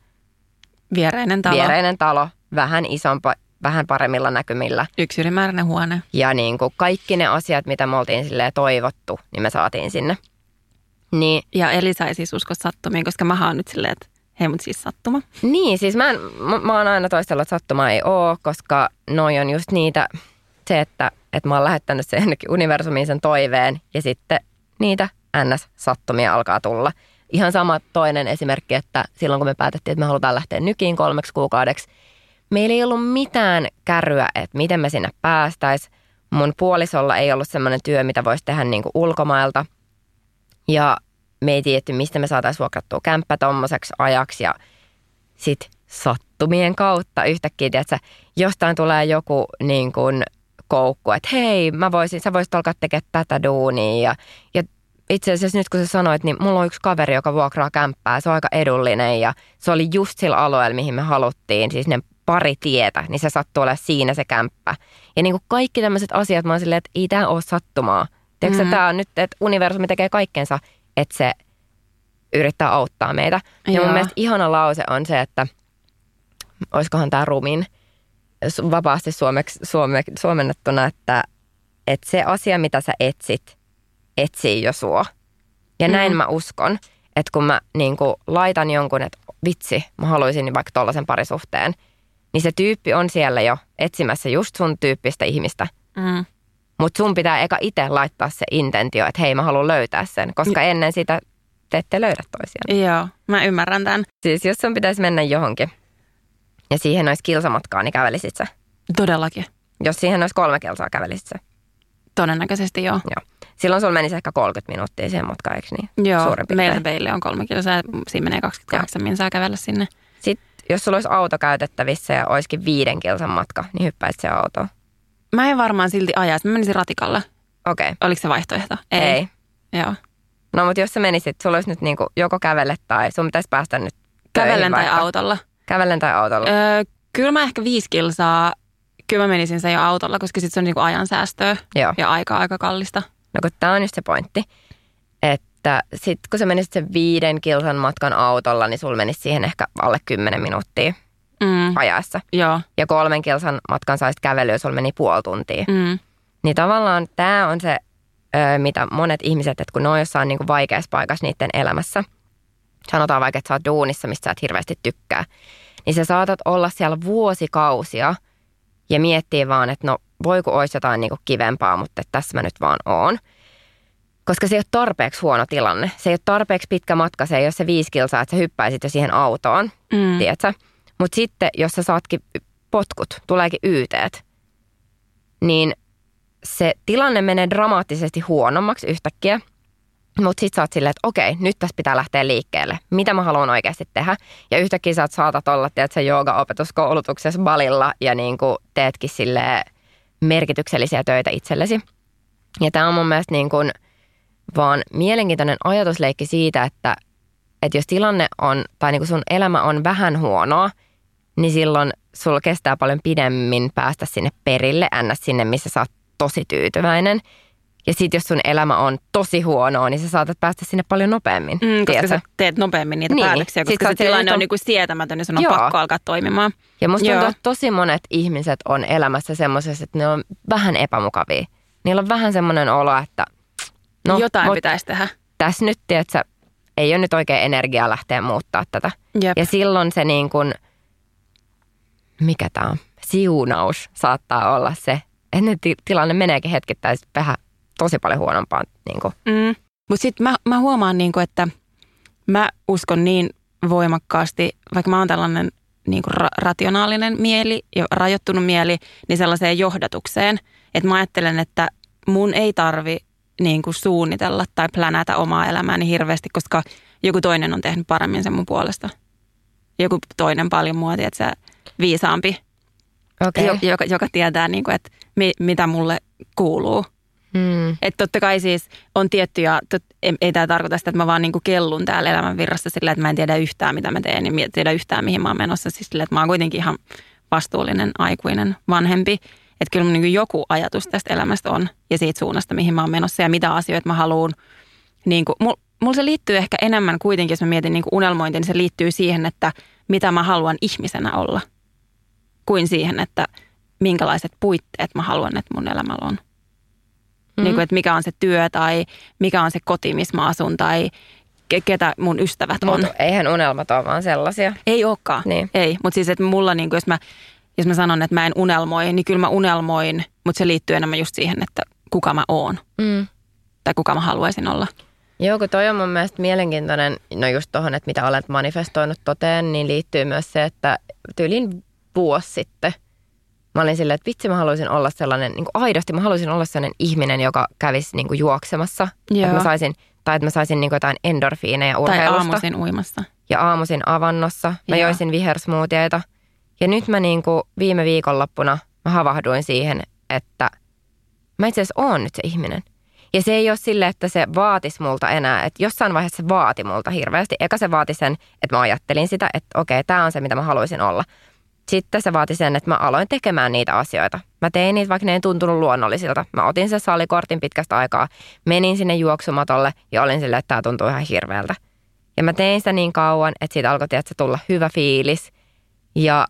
Viereinen talo, vähän isompi, vähän paremmilla näkymillä. Yksi ylimääräinen huone. Ja niin kuin kaikki ne asiat, mitä me oltiin silleen toivottu, niin me saatiin sinne. Niin, ja Elisa ei siis usko sattumiin, koska mä oon nyt silleen, että hei, mut siis sattuma. Niin, siis mä oon aina toistellut, että sattuma ei oo, koska noi on just niitä, se, että mä oon lähettänyt sen universumiin sen toiveen ja sitten niitä NS-sattumia alkaa tulla. Ihan sama toinen esimerkki, että silloin kun me päätettiin, että me halutaan lähteä nykiin 3 kuukaudeksi, meillä ei ollut mitään kärryä, että miten me sinne päästäisiin. Mun puolisolla ei ollut semmoinen työ, mitä voisi tehdä niin kuin ulkomailta. Ja me ei tiedetty, mistä me saataisiin vuokrattua kämppä tommoseksi ajaksi. Ja sit sattumien kautta yhtäkkiä, tiedätkö, jostain tulee joku niin kuin koukku, että hei, sä voisit alkaa tekemään tätä duunia. Ja itse asiassa nyt kun sä sanoit, niin mulla on yksi kaveri, joka vuokraa kämppää. Se on aika edullinen ja se oli just sillä alueella, mihin me haluttiin. Siis ne pari tietä, niin se sattuu olla siinä se kämppä. Ja niin kuin kaikki tämmöiset asiat, mä oon silleen, että ei tää ole sattumaa. Tiedätkö tää on nyt, että universumi tekee kaikkensa, että se yrittää auttaa meitä. Ja mun mielestä ihana lause on se, että olisikohan tää rumin vapaasti suomennettuna, että se asia, mitä sä etsit, etsii jo sua. Ja näin mä uskon, että kun mä niin kuin laitan jonkun, että vitsi, mä haluaisin vaikka tollaisen parisuhteen, niin se tyyppi on siellä jo etsimässä just sun tyyppistä ihmistä. Mutta sun pitää eka itse laittaa se intentio, että hei, mä haluan löytää sen, koska ennen sitä te ette löydä toisiaan. Joo, mä ymmärrän tämän. Siis jos sun pitäisi mennä johonkin ja siihen olisi kilsamatkaa, niin kävelisit sä? Todellakin. Jos siihen olisi 3 kilsaa, kävelisit sä? Todennäköisesti joo. Silloin sulla menisi ehkä 30 minuuttia siihen matkaan, eikö niin? Joo, meillä Beille on 3 kilsaa, siinä menee 28 minsaa kävellä sinne. Sitten jos sulla olisi auto käytettävissä ja olisikin 5 kilsan matka, niin hyppäisit siihen autoon. Mä en varmaan silti ajaisi, mä menisin ratikalla. Okei. Oliko se vaihtoehto? Ei. Joo. No mutta jos sä menisit, sulla olisi nyt niinku joko kävelle tai sun pitäisi päästä nyt Kävellen tai autolla? Kävellen tai autolla? Kyllä mä ehkä 5 kilsaa, kyllä mä menisin sen jo autolla, koska sitten se on niinku ajansäästöä ja aika kallista. No kun tää on just se pointti, että sit kun sä menisit sen 5 kilsan matkan autolla, niin sulla menisi siihen ehkä alle 10 minuuttia ajaessa. Joo. Ja 3 kilsan matkan saisit kävelyä, sulla meni puoli tuntia. Niin tavallaan tää on se, mitä monet ihmiset, että kun ne on jossain niinku vaikeassa paikassa niiden elämässä, sanotaan vaikka, että sä oot duunissa, mistä sä et hirveästi tykkää, niin sä saatat olla siellä vuosikausia ja miettiä vaan, että no voiko olisi jotain niinku kivempaa, mutta tässä mä nyt vaan oon. Koska se ei ole tarpeeksi huono tilanne. Se ei ole tarpeeksi pitkä matka, se ei ole se 5 kilsaa, että sä hyppäisit jo siihen autoon, tiedätkö? Mutta sitten, jos sä saatkin potkut, tuleekin yteet, niin se tilanne menee dramaattisesti huonommaksi yhtäkkiä. Mutta sitten sä oot silleen, että okei, nyt tässä pitää lähteä liikkeelle. Mitä mä haluan oikeasti tehdä? Ja yhtäkkiä sä saatat olla, tiedätkö, joogaopetuskoulutuksessa balilla ja niinku teetkin silleen merkityksellisiä töitä itsellesi. Ja tää on mun mielestä niin kuin vaan mielenkiintoinen ajatusleikki siitä, että jos tilanne on, tai niin kuin sun elämä on vähän huonoa, niin silloin sulla kestää paljon pidemmin päästä sinne perille, sinne, missä sä oot tosi tyytyväinen. Ja sit jos sun elämä on tosi huonoa, niin sä saatat päästä sinne paljon nopeammin. Koska sä teet nopeammin niitä päätöksiä, koska se tilanne on niinku sietämätön, niin sun on pakko alkaa toimimaan. Ja musta tuntuu, että tosi monet ihmiset on elämässä semmoisessa, että ne on vähän epämukavia. Niillä on vähän semmoinen olo, että no, jotain pitäisi tehdä. Tässä nyt, tiedätkö, ei ole nyt oikein energiaa lähteä muuttaa tätä. Jep. Ja silloin se niin kuin, mikä tämä on, siunaus saattaa olla se, että tilanne meneekin hetkittäin vähän tosi paljon huonompaan. Niin mutta sitten mä huomaan, niin kuin, että mä uskon niin voimakkaasti, vaikka mä oon tällainen niin kuin rationaalinen mieli ja rajoittunut mieli, niin sellaiseen johdatukseen, että mä ajattelen, että mun ei tarvi niin kuin suunnitella tai plänätä omaa elämääni hirveästi, koska joku toinen on tehnyt paremmin sen mun puolesta. Joku toinen paljon mua, tiedätkö, viisaampi, joka tietää, niin kuin, että mitä mulle kuuluu. Että totta kai siis on tiettyjä, ei tämä tarkoita sitä, että mä vaan niin kuin kellun täällä elämän virrassa sillä, että mä en tiedä yhtään, mitä mä teen, ja tiedä yhtään, mihin mä oon menossa. Siis sillä, että mä oon kuitenkin ihan vastuullinen, aikuinen, vanhempi. Että kyllä niin kuin joku ajatus tästä elämästä on ja siitä suunnasta, mihin mä oon menossa ja mitä asioita mä haluan. Niin mulla se liittyy ehkä enemmän kuitenkin, jos mä mietin niin kuin unelmointia, niin se liittyy siihen, että mitä mä haluan ihmisenä olla, kuin siihen, että minkälaiset puitteet mä haluan, että mun elämällä on. Niin kuin, että mikä on se työ tai mikä on se koti, missä mä asun tai ketä mun ystävät on. Mutta eihän unelmat ole vaan sellaisia. Ei olekaan, niin. Ei. Mutta siis, että mulla niin kuin, jos mä sanon, että mä en unelmoi, niin kyllä mä unelmoin, mutta se liittyy enemmän just siihen, että kuka mä oon. Tai kuka mä haluaisin olla. Joo, kun toi on mun mielestä mielenkiintoinen, no just tohon, että mitä olet manifestoinut toteen, niin liittyy myös se, että tyylin vuosi sitten mä olin silleen, että vitsi mä haluaisin olla sellainen, niin kuin aidosti mä haluaisin olla sellainen ihminen, joka kävisi niin kuin juoksemassa. Että mä saisin niin kuin jotain endorfiineja urheilusta. Tai aamuisin uimassa. Ja aamuisin avannossa. Mä joisin vihersmoothieita. Ja nyt mä niin kuin viime viikonloppuna mä havahduin siihen, että mä itse asiassa oon nyt se ihminen. Ja se ei ole sille, että se vaatisi multa enää. Että jossain vaiheessa se vaati multa hirveästi. Eka se vaati sen, että mä ajattelin sitä, että okei, tää on se, mitä mä haluaisin olla. Sitten se vaati sen, että mä aloin tekemään niitä asioita. Mä tein niitä, vaikka ne ei tuntunut luonnollisilta. Mä otin sen salikortin pitkästä aikaa, menin sinne juoksumatolle ja olin silleen, että tää tuntuu ihan hirveältä. Ja mä tein sitä niin kauan, että siitä alkoi tulla hyvä fiilis. Ja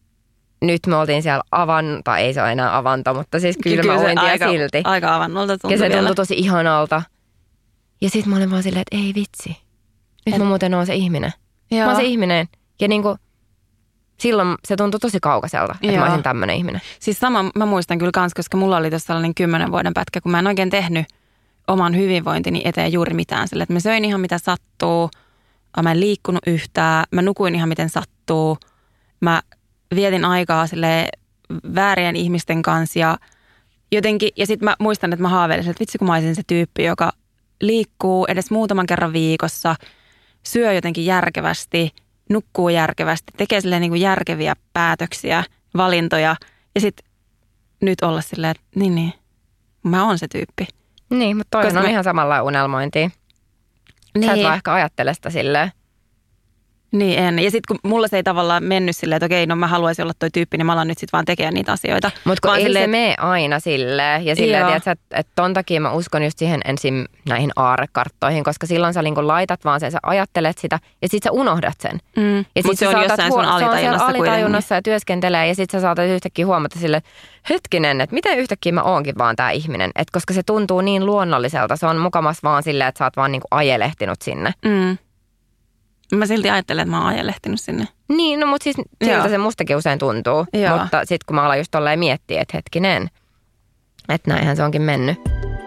nyt me oltiin siellä tai ei se ole enää avanto, mutta siis kyllä mä uin silti. Aika avannolta tuntui. Ja se tuntui tosi ihanalta. Ja sitten mä olin vaan silleen, että ei vitsi. Nyt mä muuten oon se ihminen. Joo. Mä oon se ihminen. Ja niinku silloin se tuntui tosi kaukaiselta, että mä olisin tämmöinen ihminen. Siis sama mä muistan kyllä kans, koska mulla oli tuossa sellainen 10 vuoden pätkä, kun mä en oikein tehnyt oman hyvinvointini eteen juuri mitään. Sille, että mä söin ihan mitä sattuu, mä en liikkunut yhtään, mä nukuin ihan miten sattuu. Mä vietin aikaa silleen väärien ihmisten kanssa ja jotenkin, ja sitten mä muistan, että mä haaveilisin, että vitsi kun mä olisin se tyyppi, joka liikkuu edes muutaman kerran viikossa, syö jotenkin järkevästi, nukkuu järkevästi, tekee silleen niin kuin järkeviä päätöksiä, valintoja ja sitten nyt olla silleen, että niin, mä oon se tyyppi. Niin, mutta toi on ihan samalla unelmointia. Sä et vaan ehkä ajattele sitä silleen. Niin en. Ja sitten kun mulla se ei tavallaan mennyt silleen, että okei, no mä haluaisin olla toi tyyppi, niin mä alan nyt sitten vaan tekemään niitä asioita. Mutta kun ei silleen, se mene aina silleen. Ja silleen, että ton takia mä uskon just siihen ensin näihin aarrekarttoihin, koska silloin sä niin laitat vaan sen, sä ajattelet sitä ja sit sä unohdat sen. Ja mutta se on jossain sun alitajunnassa ja työskentelee ja sit sä saatat yhtäkkiä huomata silleen, hetkinen, että miten yhtäkkiä mä oonkin vaan tää ihminen. Että koska se tuntuu niin luonnolliselta, se on mukamas vaan silleen, että sä oot vaan niin ajelehtinut sinne. Mä silti ajattelen, että mä oon ajelehtinut sinne. Niin, no mutta siis siltä se mustakin usein tuntuu. Joo. Mutta sitten kun mä alan just tolleen miettiä, että hetkinen, että näinhän se onkin mennyt.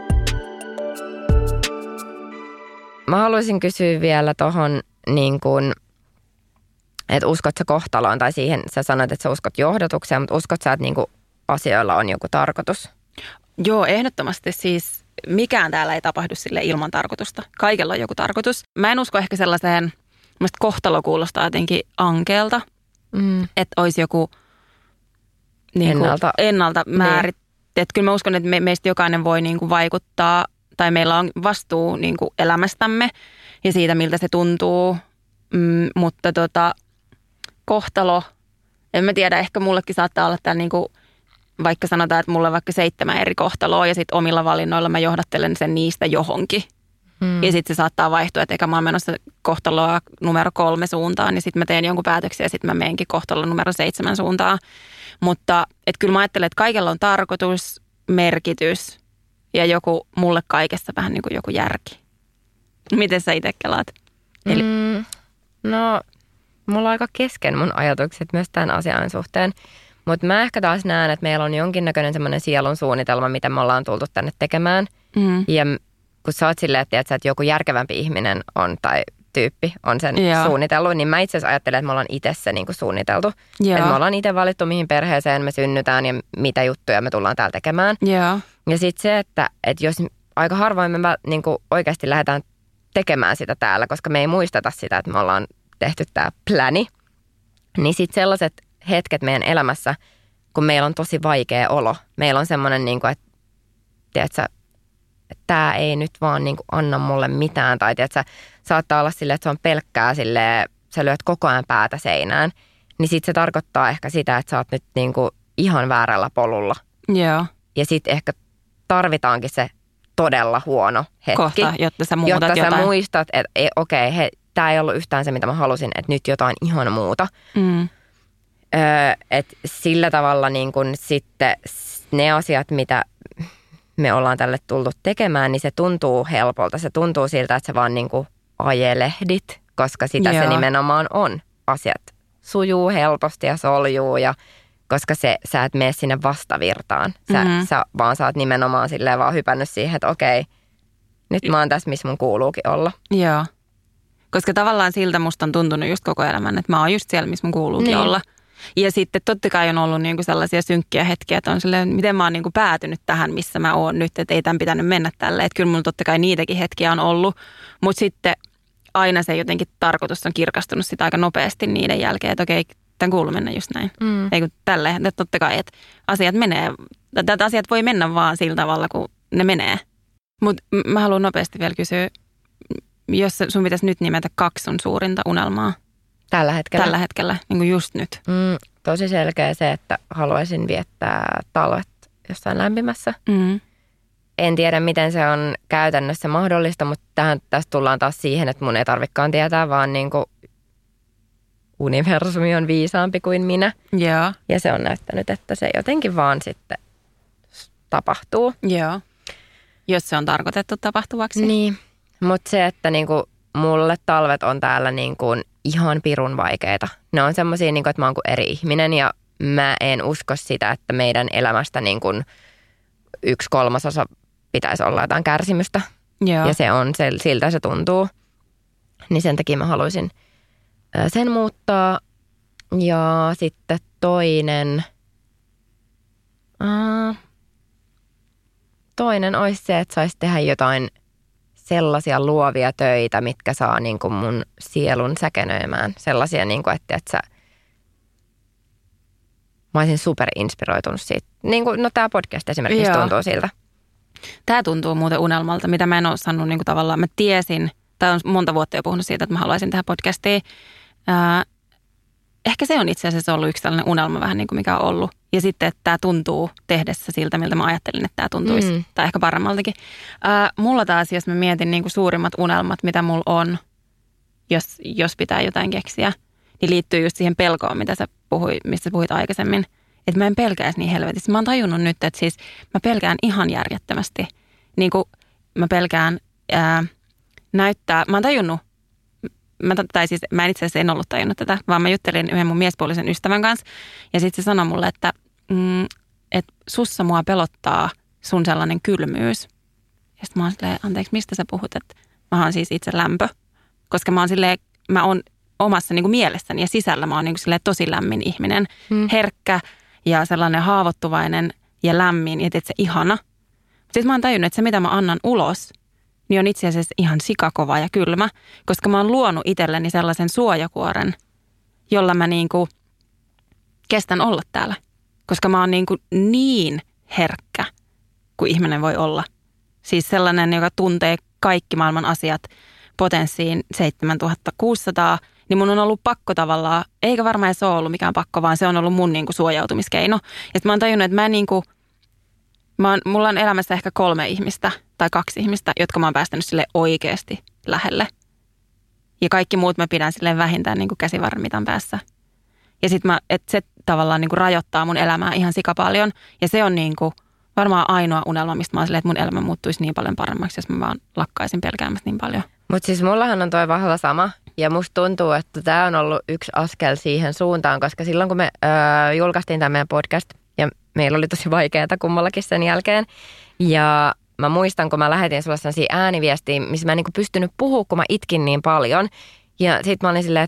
Mä haluaisin kysyä vielä tohon niin kuin, että uskot sä kohtaloon tai siihen, sä sanoit, että sä uskot johdatukseen, mutta uskot sä, että niin kuin asioilla on joku tarkoitus? Joo, ehdottomasti siis mikään täällä ei tapahdu sille ilman tarkoitusta. Kaikella on joku tarkoitus. Mä en usko ehkä sellaiseen, mielestäni kohtalo kuulostaa jotenkin ankeelta, että olisi joku niin kuin ennalta määritetty. Että kyllä mä uskon, että meistä jokainen voi niin kuin vaikuttaa, tai meillä on vastuu niin kuin elämästämme ja siitä, miltä se tuntuu. Mutta kohtalo, en mä tiedä, ehkä mullekin saattaa olla täällä niin kuin, vaikka sanotaan, että mulla on vaikka 7 eri kohtaloa ja sitten omilla valinnoilla mä johdattelen sen niistä johonkin. Ja sitten se saattaa vaihtua, että eikä mä oon menossa kohtaloa numero 3 suuntaan, niin sitten mä teen jonkun päätöksen ja sitten mä menenkin kohtaloa numero 7 suuntaan. Mutta et kyllä mä ajattelen, että kaikella on tarkoitus, merkitys ja joku mulle kaikessa vähän niin kuin joku järki. Miten sä itse kelaat? No, mulla on aika kesken mun ajatukset myös tämän asian suhteen. Mutta mä ehkä taas näen, että meillä on jonkinnäköinen semmoinen sielun suunnitelma, mitä me ollaan tultu tänne tekemään. Ja kun sä oot silleen, että joku järkevämpi ihminen on tai tyyppi on sen suunnitellut, niin mä itse asiassa ajattelen, että me ollaan itse se niin kuin suunniteltu. Että me ollaan itse valittu, mihin perheeseen me synnytään ja mitä juttuja me tullaan täällä tekemään. Ja sitten se, että jos aika harvoin me niin kuin oikeasti lähdetään tekemään sitä täällä, koska me ei muisteta sitä, että me ollaan tehty tämä pläni, niin sitten sellaiset hetket meidän elämässä, kun meillä on tosi vaikea olo. Meillä on semmoinen, niin kuin, että tiedätkö, tämä ei nyt vaan niin kuin anna mulle mitään. Tai tiedätkö, saattaa olla silleen, että se on pelkkää silleen, sä lyöt koko ajan päätä seinään. Niin sitten se tarkoittaa ehkä sitä, että sä oot nyt niin kuin ihan väärällä polulla. Joo. Ja sitten ehkä tarvitaankin se todella huono hetki. Kohta, jotta sä muutat jotta jotain. Sä muistat, että okei, tämä ei ollut yhtään se, mitä mä halusin, että nyt jotain ihan muuta. Että sillä tavalla niin kun sitten ne asiat, mitä me ollaan tälle tultu tekemään, niin se tuntuu helpolta. Se tuntuu siltä, että sä vaan niin kuin ajelehdit, koska sitä se nimenomaan on. Asiat sujuu helposti ja soljuu, ja koska sä et mene sinne vastavirtaan. Sä vaan sä oot nimenomaan silleen vaan hypännyt siihen, että okei, nyt mä oon tässä, missä mun kuuluukin olla. Joo. Koska tavallaan siltä musta on tuntunut just koko elämän, että mä oon just siellä, missä mun kuuluukin olla. Ja sitten totta kai on ollut niinku sellaisia synkkiä hetkiä, että on silleen, miten mä oon niinku päätynyt tähän, missä mä oon nyt, että ei tämän pitänyt mennä tälleen. Että kyllä mulla totta kai niitäkin hetkiä on ollut, mutta sitten aina se jotenkin tarkoitus on kirkastunut sitä aika nopeasti niiden jälkeen, että okei, tämän kuuluu mennä just näin. Ei kun tälleen, että totta kai, että asiat menee, että asiat voi mennä vaan sillä tavalla, kun ne menee. Mutta mä haluan nopeasti vielä kysyä, jos sun pitäisi nyt nimetä 2 sun suurinta unelmaa. Tällä hetkellä, niin kuin just nyt. Tosi selkeä se, että haluaisin viettää talvet jossain lämpimässä. En tiedä, miten se on käytännössä mahdollista, mutta tästä tullaan taas siihen, että mun ei tarvikaan tietää, vaan niin kuin universumi on viisaampi kuin minä. Joo. Ja se on näyttänyt, että se jotenkin vaan sitten tapahtuu. Joo. Jos se on tarkoitettu tapahtuvaksi. Niin, mutta se, että niin kuin mulle talvet on täällä niin kuin ihan pirun vaikeita. Ne on semmoisia, niin kuin, että mä oon kuin eri ihminen ja mä en usko sitä, että meidän elämästä niin kuin 1/3 pitäisi olla jotain kärsimystä. Joo. Ja se on, siltä se tuntuu. Niin sen takia mä haluaisin sen muuttaa. Ja sitten toinen olisi se, että saisi tehdä jotain sellaisia luovia töitä, mitkä saa niin kuin mun sielun säkenöimään. Sellaisia, niin kuin, että mä olisin superinspiroitunut siitä. Niin kuin, no tämä podcast esimerkiksi tuntuu siltä. Tämä tuntuu muuten unelmalta, mitä mä en ole sanonut niin kuin tavallaan. Mä tiesin, tai on monta vuotta jo puhunut siitä, että mä haluaisin tehdä podcastia. Ehkä se on itse asiassa ollut yksi tällainen unelma vähän niin kuin mikä on ollut. Ja sitten, että tämä tuntuu tehdessä siltä, miltä mä ajattelin, että tämä tuntuisi. Tai ehkä paremmaltakin. Mulla taas, jos mä mietin niin kuin suurimmat unelmat, mitä mulla on, jos pitää jotain keksiä, niin liittyy just siihen pelkoon, mistä sä puhuit aikaisemmin. Että mä en pelkäisi niin helvetissä. Mä oon tajunnut nyt, että siis mä pelkään ihan järjettömästi. Niin kuin mä pelkään näyttää, mä oon tajunnut, mä itse asiassa en ollut tajunnut tätä, vaan mä juttelin yhden mun miespuolisen ystävän kanssa. Ja sitten se sanoi mulle, että sussa mua pelottaa sun sellainen kylmyys. Ja sitten mä oon silleen, anteeksi, mistä sä puhut, että mä oon siis itse lämpö. Koska mä oon omassa niin kuin mielessäni ja sisällä mä oon niin kuin silleen tosi lämmin ihminen. Herkkä ja sellainen haavoittuvainen ja lämmin ja se ihana. Sitten mä oon tajunnut, että se mitä mä annan ulos, niin on itse asiassa ihan sikakova ja kylmä, koska mä oon luonut itselleni sellaisen suojakuoren, jolla mä niinku kestän olla täällä. Koska mä oon niinku niin herkkä kuin ihminen voi olla. Siis sellainen, joka tuntee kaikki maailman asiat potenssiin 7600, niin mun on ollut pakko tavallaan, eikä varmaan se ole ollut mikään pakko, vaan se on ollut mun niinku suojautumiskeino. Ja sit mä oon tajunnut, että mulla on elämässä ehkä 3 ihmistä tai 2 ihmistä, jotka mä oon päästänyt sille oikeasti lähelle. Ja kaikki muut mä pidän silleen vähintään niin kuin käsivarren päässä. Ja sit se tavallaan niin kuin rajoittaa mun elämää ihan sikapaljon. Ja se on niin kuin varmaan ainoa unelma, mistä mä oon silleen, että mun elämä muuttuisi niin paljon paremmaksi, jos mä vaan lakkaisin pelkäämässä niin paljon. Mutta siis mullahan on toi vahva sama. Ja musta tuntuu, että tää on ollut yksi askel siihen suuntaan, koska silloin kun me julkaistiin tämä meidän podcast, ja meillä oli tosi vaikeaa kummallakin sen jälkeen. Ja mä muistan, kun mä lähetin sulle sellaisia ääniviestiä, missä mä en niinku pystynyt puhumaan, kun mä itkin niin paljon. Ja sit mä olin silleen,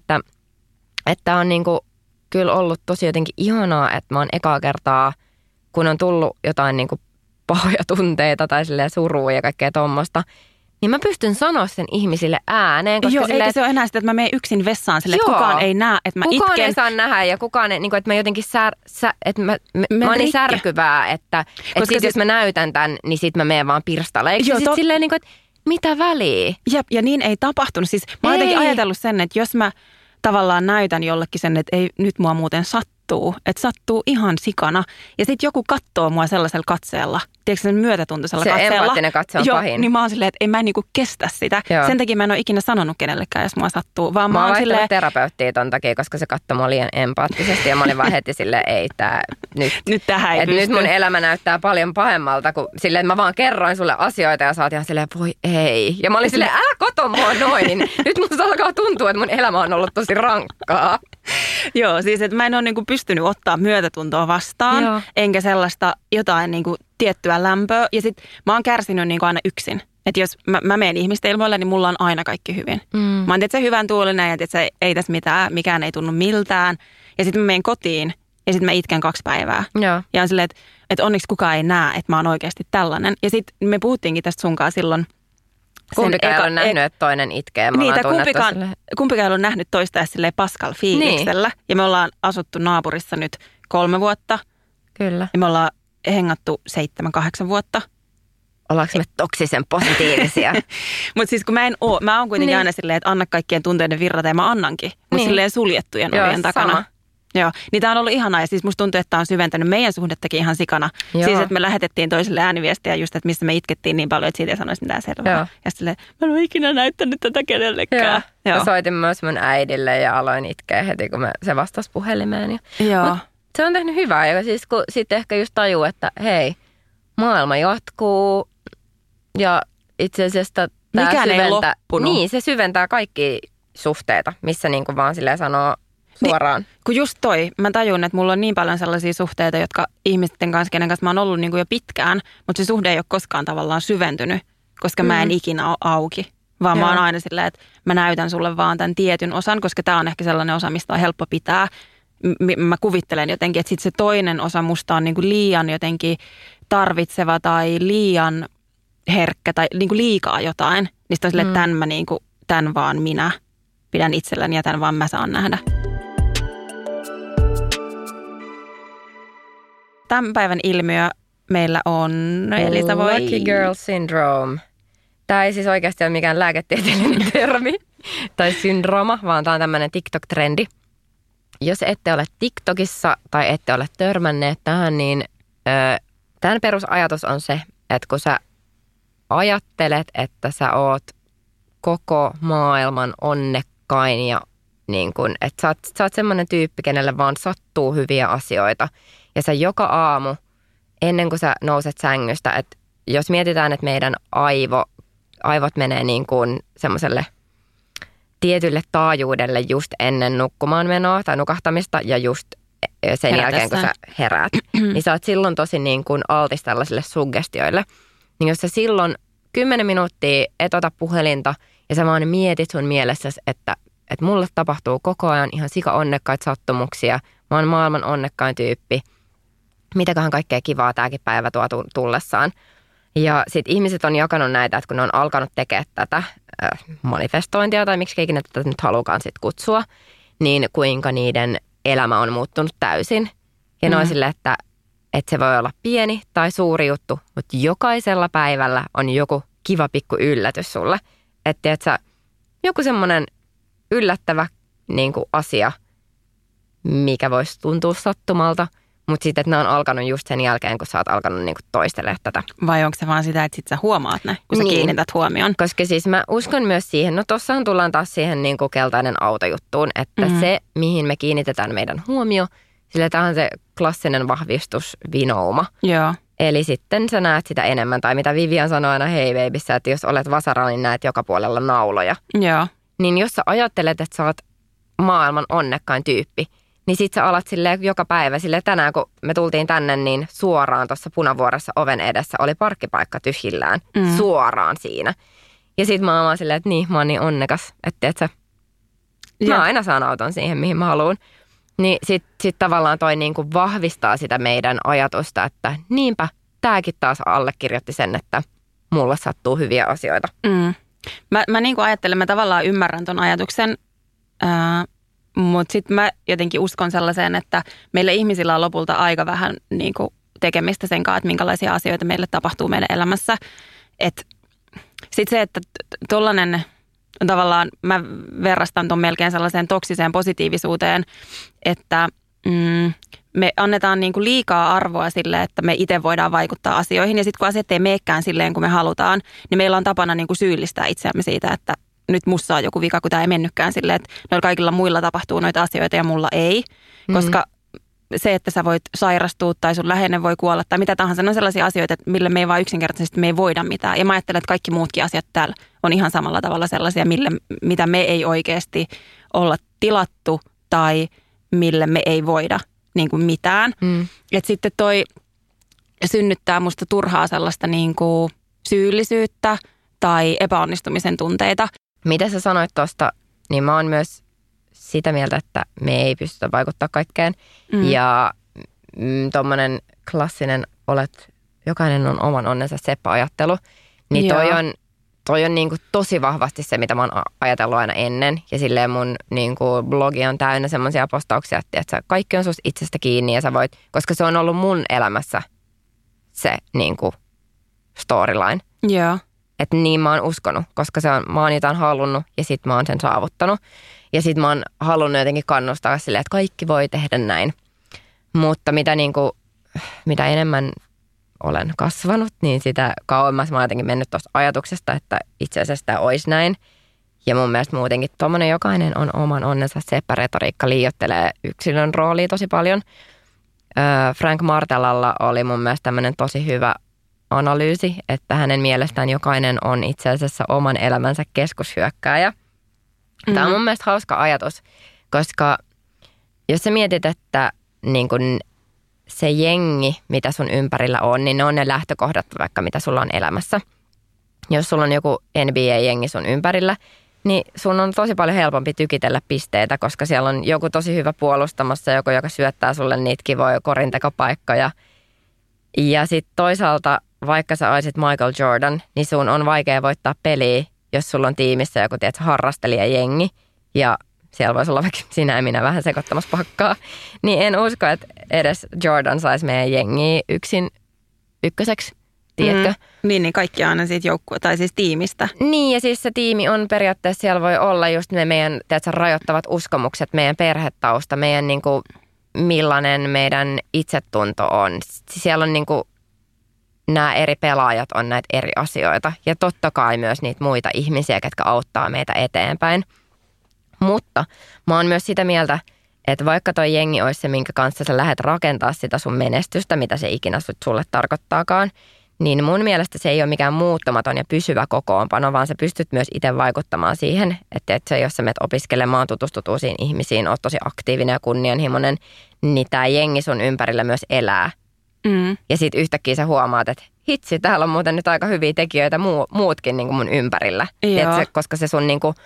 että on niinku kyllä ollut tosi jotenkin ihanaa, että mä oon ekaa kertaa, kun on tullut jotain niinku pahoja tunteita tai silleen surua ja kaikkea tommoista, niin mä pystyn sanoa sen ihmisille ääneen. Koska joo, eikä se ole enää sitä, että mä menen yksin vessaan silleen, että kukaan ei näe, että mä kukaan itken. Ei saa nähdä ja kukaan ei, niin kuin, että mä jotenkin että mä oon niin särkyvää, että jos mä näytän tämän, niin sit mä menen vaan pirstaleiksi. Ja sit silleen, niin kuin, että mitä väliä? Jep, ja niin ei tapahtunut. Siis mä oon jotenkin ajatellut sen, että jos mä tavallaan näytän jollekin sen, että ei nyt mua muuten sattuu, että sattuu ihan sikana. Ja sitten joku katsoo mua sellaisella katseella, tiedätkö sen myötätuntoisella katseella. Se empaattinen katse on pahin. Niin mä oon silleen, että ei mä en niinku kestä sitä. Joo. Sen takia mä en ole ikinä sanonut kenellekään, jos mua sattuu. Vaan mä oon silleen terapeuttia ton takia, koska se katsoi mua liian empaattisesti. Ja mä olin vaan heti silleen, ei tää nyt tähän ei pysty. Nyt mun elämä näyttää paljon pahemmalta, kuin silleen, että mä vaan kerroin sulle asioita ja sä oot ihan silleen, voi ei. Ja mä olin silleen, älä koto mua noin. Nyt musta alkaa tuntua, että mun elämä on ollut tosi rankkaa. Joo, siis että mä en ole niinku pystynyt ottaa myötätuntoa vastaan, joo, enkä sellaista jotain niinku tiettyä lämpöä. Ja sit mä oon kärsinyt niinku aina yksin. Että jos mä menen ihmisten ilmoille, niin mulla on aina kaikki hyvin. Mä oon tietysti hyvän tuulinen ja tietysti ei tässä mikään ei tunnu miltään. Ja sitten mä menen kotiin ja sitten mä itken 2 päivää. Joo. Ja on silleen, että onneksi kukaan ei näe, että mä oon oikeasti tällainen. Ja sitten me puhuttiinkin tästä sunkaan silloin. Kumpikaan ei ole nähnyt, että toinen itkee. Kumpikaan ei ole nähnyt toista silleen paskalla fiiliksellä. Niin. Ja me ollaan asuttu naapurissa nyt 3 vuotta. Kyllä. Ja me ollaan hengattu 7-8 vuotta. Ollaanko me toksisen positiivisia? Mutta siis kun mä oon kuitenkin aina silleen, että anna kaikkien tunteiden virrata ja mä annankin. Mutta silleen suljettujen ovien takana. Sama. Joo, niin tää on ollut ihanaa ja siis musta tuntuu, että tää on syventänyt meidän suhdettakin ihan sikana. Joo. Siis, että me lähetettiin toiselle ääniviestiä just, että missä me itkettiin niin paljon, että siitä ei sanoisi mitään selvää. Joo. Ja silleen, mä en ole ikinä näyttänyt tätä kenellekään. Joo. Mä soitin myös mun äidille ja aloin itkeä heti, kun se vastasi puhelimeen. Joo. Mut se on tehnyt hyvää ja siis kun sitten ehkä just tajuu, että hei, maailma jatkuu ja itse asiassa mikään ei loppunut. Niin, se syventää kaikki suhteita, missä niin kuin vaan silleen sanoo suoraan. Niin, kun just mä tajun, että mulla on niin paljon sellaisia suhteita, jotka ihmisten kanssa, kenen kanssa mä oon ollut niin kuin jo pitkään, mutta se suhde ei ole koskaan tavallaan syventynyt, koska mä en ikinä ole auki. Vaan mä oon aina silleen, että mä näytän sulle vaan tämän tietyn osan, koska tää on ehkä sellainen osa, mistä on helppo pitää. Mä kuvittelen jotenkin, että sit se toinen osa musta on niin kuin liian jotenkin tarvitseva tai liian herkkä tai niin kuin liikaa jotain. Niin sit on silleen, että tämän vaan minä pidän itselläni ja tämän vaan mä saan nähdä. Tämän päivän ilmiö meillä on, Elisa voi... Lucky girl syndrome. Tämä ei siis oikeasti ole mikään lääketieteellinen termi tai syndrooma, vaan tämä on tämmöinen TikTok-trendi. Jos ette ole TikTokissa tai ette ole törmänneet tähän, niin tämän perusajatus on se, että kun sä ajattelet, että sä oot koko maailman onnekkain ja niin kun, että sä oot semmoinen tyyppi, kenelle vaan sattuu hyviä asioita. Ja sä joka aamu, ennen kuin sä nouset sängystä, että jos mietitään, että meidän aivot menee niin kuin semmoiselle tietylle taajuudelle just ennen nukkumaan menoa tai nukahtamista ja just sen jälkeen, kun sä heräät, niin sä oot silloin tosi niin kuin altis tällaisille suggestioille. Niin jos sä silloin 10 minuuttia et ota puhelinta ja sä vaan mietit sun mielessäsi, että mulle tapahtuu koko ajan ihan sika-onnekkaita sattumuksia, mä oon maailman onnekkain tyyppi, mitäköhän kaikkea kivaa tääkin päivä tuo tullessaan. Ja sitten ihmiset on jakanut näitä, että kun ne on alkanut tekemään tätä manifestointia tai miksi ikinä tätä nyt halukaan sitten kutsua, niin kuinka niiden elämä on muuttunut täysin. Ja ne on sille, että se voi olla pieni tai suuri juttu, mutta jokaisella päivällä on joku kiva pikku yllätys sulle. Että joku semmoinen yllättävä niin kuin asia, mikä voisi tuntua sattumalta, mutta sitten, että ne on alkanut just sen jälkeen, kun sä oot alkanut niinku toistelemaan tätä. Vai onko se vaan sitä, että sit sä huomaat ne, kun sä kiinnität huomioon? Koska siis mä uskon myös siihen, no tossahan tullaan taas siihen niinku keltainen autojuttuun, että se, mihin me kiinnitetään meidän huomio, sillä tämä on se klassinen vahvistusvinouma. Joo. Eli sitten sä näet sitä enemmän, tai mitä Vivian sanoi aina Hey Babyssä, että jos olet vasara, niin näet joka puolella nauloja. Joo. Niin jos sä ajattelet, että sä oot maailman onnekkain tyyppi, niin sit sä alat silleen joka päivä. Silleen tänään, kun me tultiin tänne, niin suoraan tuossa Punavuoressa oven edessä oli parkkipaikka tyhjillään. Suoraan siinä. Ja sit mä oon silleen, että niin, mä oon niin onnekas. Että mä aina saan auton siihen, mihin mä haluun. Niin sit tavallaan toi niinku vahvistaa sitä meidän ajatusta, että niinpä, tääkin taas allekirjoitti sen, että mulle sattuu hyviä asioita. Mä niinku ajattelen, mä tavallaan ymmärrän ton ajatuksen, mutta sitten mä jotenkin uskon sellaiseen, että meillä ihmisillä on lopulta aika vähän niinku tekemistä sen kanssa, että minkälaisia asioita meille tapahtuu meidän elämässä. Sitten se, että tollainen tavallaan mä verrastan ton melkein sellaiseen toksiseen positiivisuuteen, että me annetaan niinku liikaa arvoa sille, että me itse voidaan vaikuttaa asioihin. Ja sitten kun asiat ei meekään silleen, kun me halutaan, niin meillä on tapana niinku syyllistää itseämme siitä, että nyt musta on joku vika, kun tämä ei mennytkään silleen, että noilla kaikilla muilla tapahtuu noita asioita ja mulla ei. Koska se, että sä voit sairastua tai sun läheinen voi kuolla tai mitä tahansa, ne on sellaisia asioita, millä me ei vaan yksinkertaisesti me ei voida mitään. Ja mä ajattelen, että kaikki muutkin asiat täällä on ihan samalla tavalla sellaisia, mitä me ei oikeasti olla tilattu tai mille me ei voida niin kuin mitään. Että sitten toi synnyttää musta turhaa sellaista niin kuin syyllisyyttä tai epäonnistumisen tunteita. Mitä sä sanoit tuosta, niin mä oon myös sitä mieltä, että me ei pystytä vaikuttaa kaikkeen. Ja tommonen klassinen jokainen on oman onnensa seppä-ajattelu, niin toi on niinku tosi vahvasti se, mitä mä oon ajatellut aina ennen. Ja silleen mun niinku blogi on täynnä semmoisia postauksia, että kaikki on susta itsestä kiinni ja sä voit, koska se on ollut mun elämässä se niinku storyline. Joo. Että niin mä oon uskonut, koska mä oon jotain halunnut ja sit mä oon sen saavuttanut. Ja sit mä oon halunnut jotenkin kannustaa silleen, että kaikki voi tehdä näin. Mutta mitä enemmän olen kasvanut, niin sitä kauemmas mä oon jotenkin mennyt tuosta ajatuksesta, että itse asiassa tämä olisi näin. Ja mun mielestä muutenkin tommonen jokainen on oman onnensa seppä-retoriikka liioittelee yksilön roolia tosi paljon. Frank Martellalla oli mun mielestä tämmöinen tosi hyvä analyysi, että hänen mielestään jokainen on itse asiassa oman elämänsä keskushyökkääjä. Tämä on mun mielestä hauska ajatus, koska jos sä mietit, että niin kun se jengi, mitä sun ympärillä on, niin ne on ne lähtökohdat vaikka mitä sulla on elämässä. Jos sulla on joku NBA-jengi sun ympärillä, niin sun on tosi paljon helpompi tykitellä pisteitä, koska siellä on joku tosi hyvä puolustamassa, joku, joka syöttää sulle niitä kivoja korintekopaikkoja. Ja sitten toisaalta, vaikka sä olisit Michael Jordan, niin sun on vaikea voittaa peliä, jos sulla on tiimissä joku harrastelijajengi ja siellä voisi olla vaikka sinä ja minä vähän sekoittamassa pakkaa. Niin en usko, että edes Jordan saisi meidän jengiä ykköseksi. tiedätkö? Niin kaikki aina siitä tai siis tiimistä. Niin, ja siis se tiimi on periaatteessa, siellä voi olla just ne meidän rajoittavat uskomukset, meidän perhetausta, meidän niin kuin, millainen meidän itsetunto on. Siellä on niin kuin, nämä eri pelaajat on näitä eri asioita. Ja totta kai myös niitä muita ihmisiä, ketkä auttaa meitä eteenpäin. Mutta mä oon myös sitä mieltä, että vaikka toi jengi olisi se, minkä kanssa sä lähdet rakentaa sitä sun menestystä, mitä se ikinä sulle tarkoittaakaan, niin mun mielestä se ei ole mikään muuttamaton ja pysyvä kokoonpano, vaan sä pystyt myös itse vaikuttamaan siihen, että jos sä menet opiskelemaan, tutustut uusiin ihmisiin, oot tosi aktiivinen ja kunnianhimoinen, niin tää jengi sun ympärillä myös elää. Ja sit yhtäkkiä sä huomaat, että hitsi, täällä on muuten nyt aika hyviä tekijöitä muutkin niin kuin mun ympärillä. Koska se sun, niin kuin,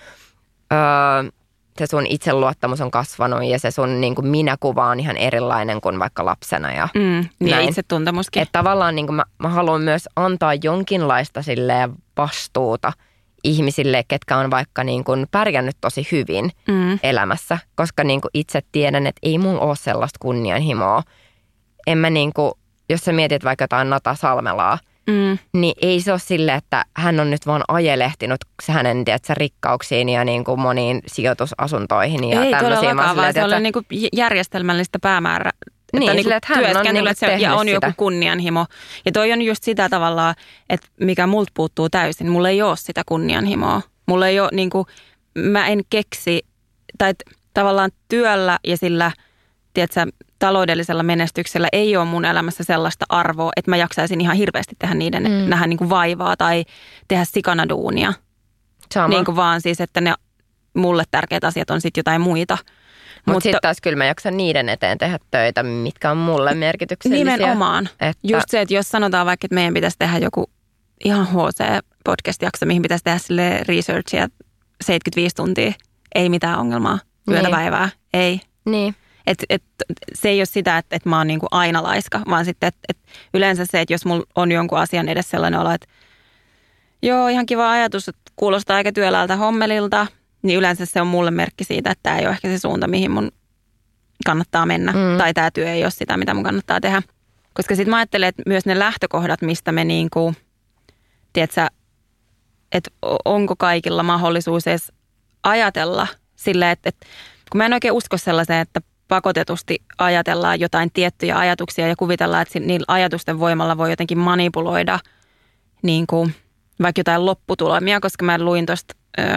se sun itseluottamus on kasvanut ja se sun niin kuin minäkuva on ihan erilainen kuin vaikka lapsena. Ja ja itsetuntemuskin. Että tavallaan niin kuin mä haluan myös antaa jonkinlaista silleen vastuuta ihmisille, ketkä on vaikka niin kuin pärjännyt tosi hyvin elämässä. Koska niin kuin itse tiedän, että ei mulla ole sellaista kunnianhimoa. En mä niin kuin, jos sä mietit vaikka jotain Nata Salmelaa, niin ei se ole silleen, että hän on nyt vaan ajelehtinut hänen rikkauksiin ja niin kuin moniin sijoitusasuntoihin ja ei tämmöisiä. Ei todellakaan, vaan se on niin kuin järjestelmällistä päämäärää. Niin, että, sille, että hän on niin tehnyt ja on sitä. Joku kunnianhimo. Ja toi on just sitä tavallaan, että mikä multa puuttuu täysin. Mulla ei ole sitä kunnianhimoa. Mulla ei ole niin kuin, mä en keksi, tai tavallaan työllä ja sillä, tiedätkö, taloudellisella menestyksellä ei ole mun elämässä sellaista arvoa, että mä jaksaisin ihan hirveästi tehdä niiden, nähdä niin kuin vaivaa tai tehdä sikana duunia. Sama. Niin kuin vaan siis, että ne mulle tärkeät asiat on sitten jotain muita. Mutta sitten taas kyllä mä jaksan niiden eteen tehdä töitä, mitkä on mulle merkityksellisiä. Nimenomaan. Just se, että jos sanotaan vaikka, että meidän pitäisi tehdä joku ihan HC-podcast-jakso, mihin pitäisi tehdä sille researchia 75 tuntia. Ei mitään ongelmaa. Yötä päivää. Ei. Niin. Se ei ole sitä, että mä oon niinku aina laiska, vaan sitten, että yleensä se, että jos mulla on jonkun asian edessä sellainen olo, että joo, ihan kiva ajatus, että kuulostaa aika työläältä hommelilta, niin yleensä se on mulle merkki siitä, että tämä ei ole ehkä se suunta, mihin mun kannattaa mennä. Tai tämä työ ei ole sitä, mitä mun kannattaa tehdä. Koska sitten mä ajattelen, että myös ne lähtökohdat, mistä me niinku, tiedätkö, että onko kaikilla mahdollisuus edes ajatella silleen, että kun mä en oikein usko sellaiseen, että pakotetusti ajatellaan jotain tiettyjä ajatuksia ja kuvitellaan, että niillä ajatusten voimalla voi jotenkin manipuloida niin kuin vaikka jotain lopputulemia, koska mä luin tuosta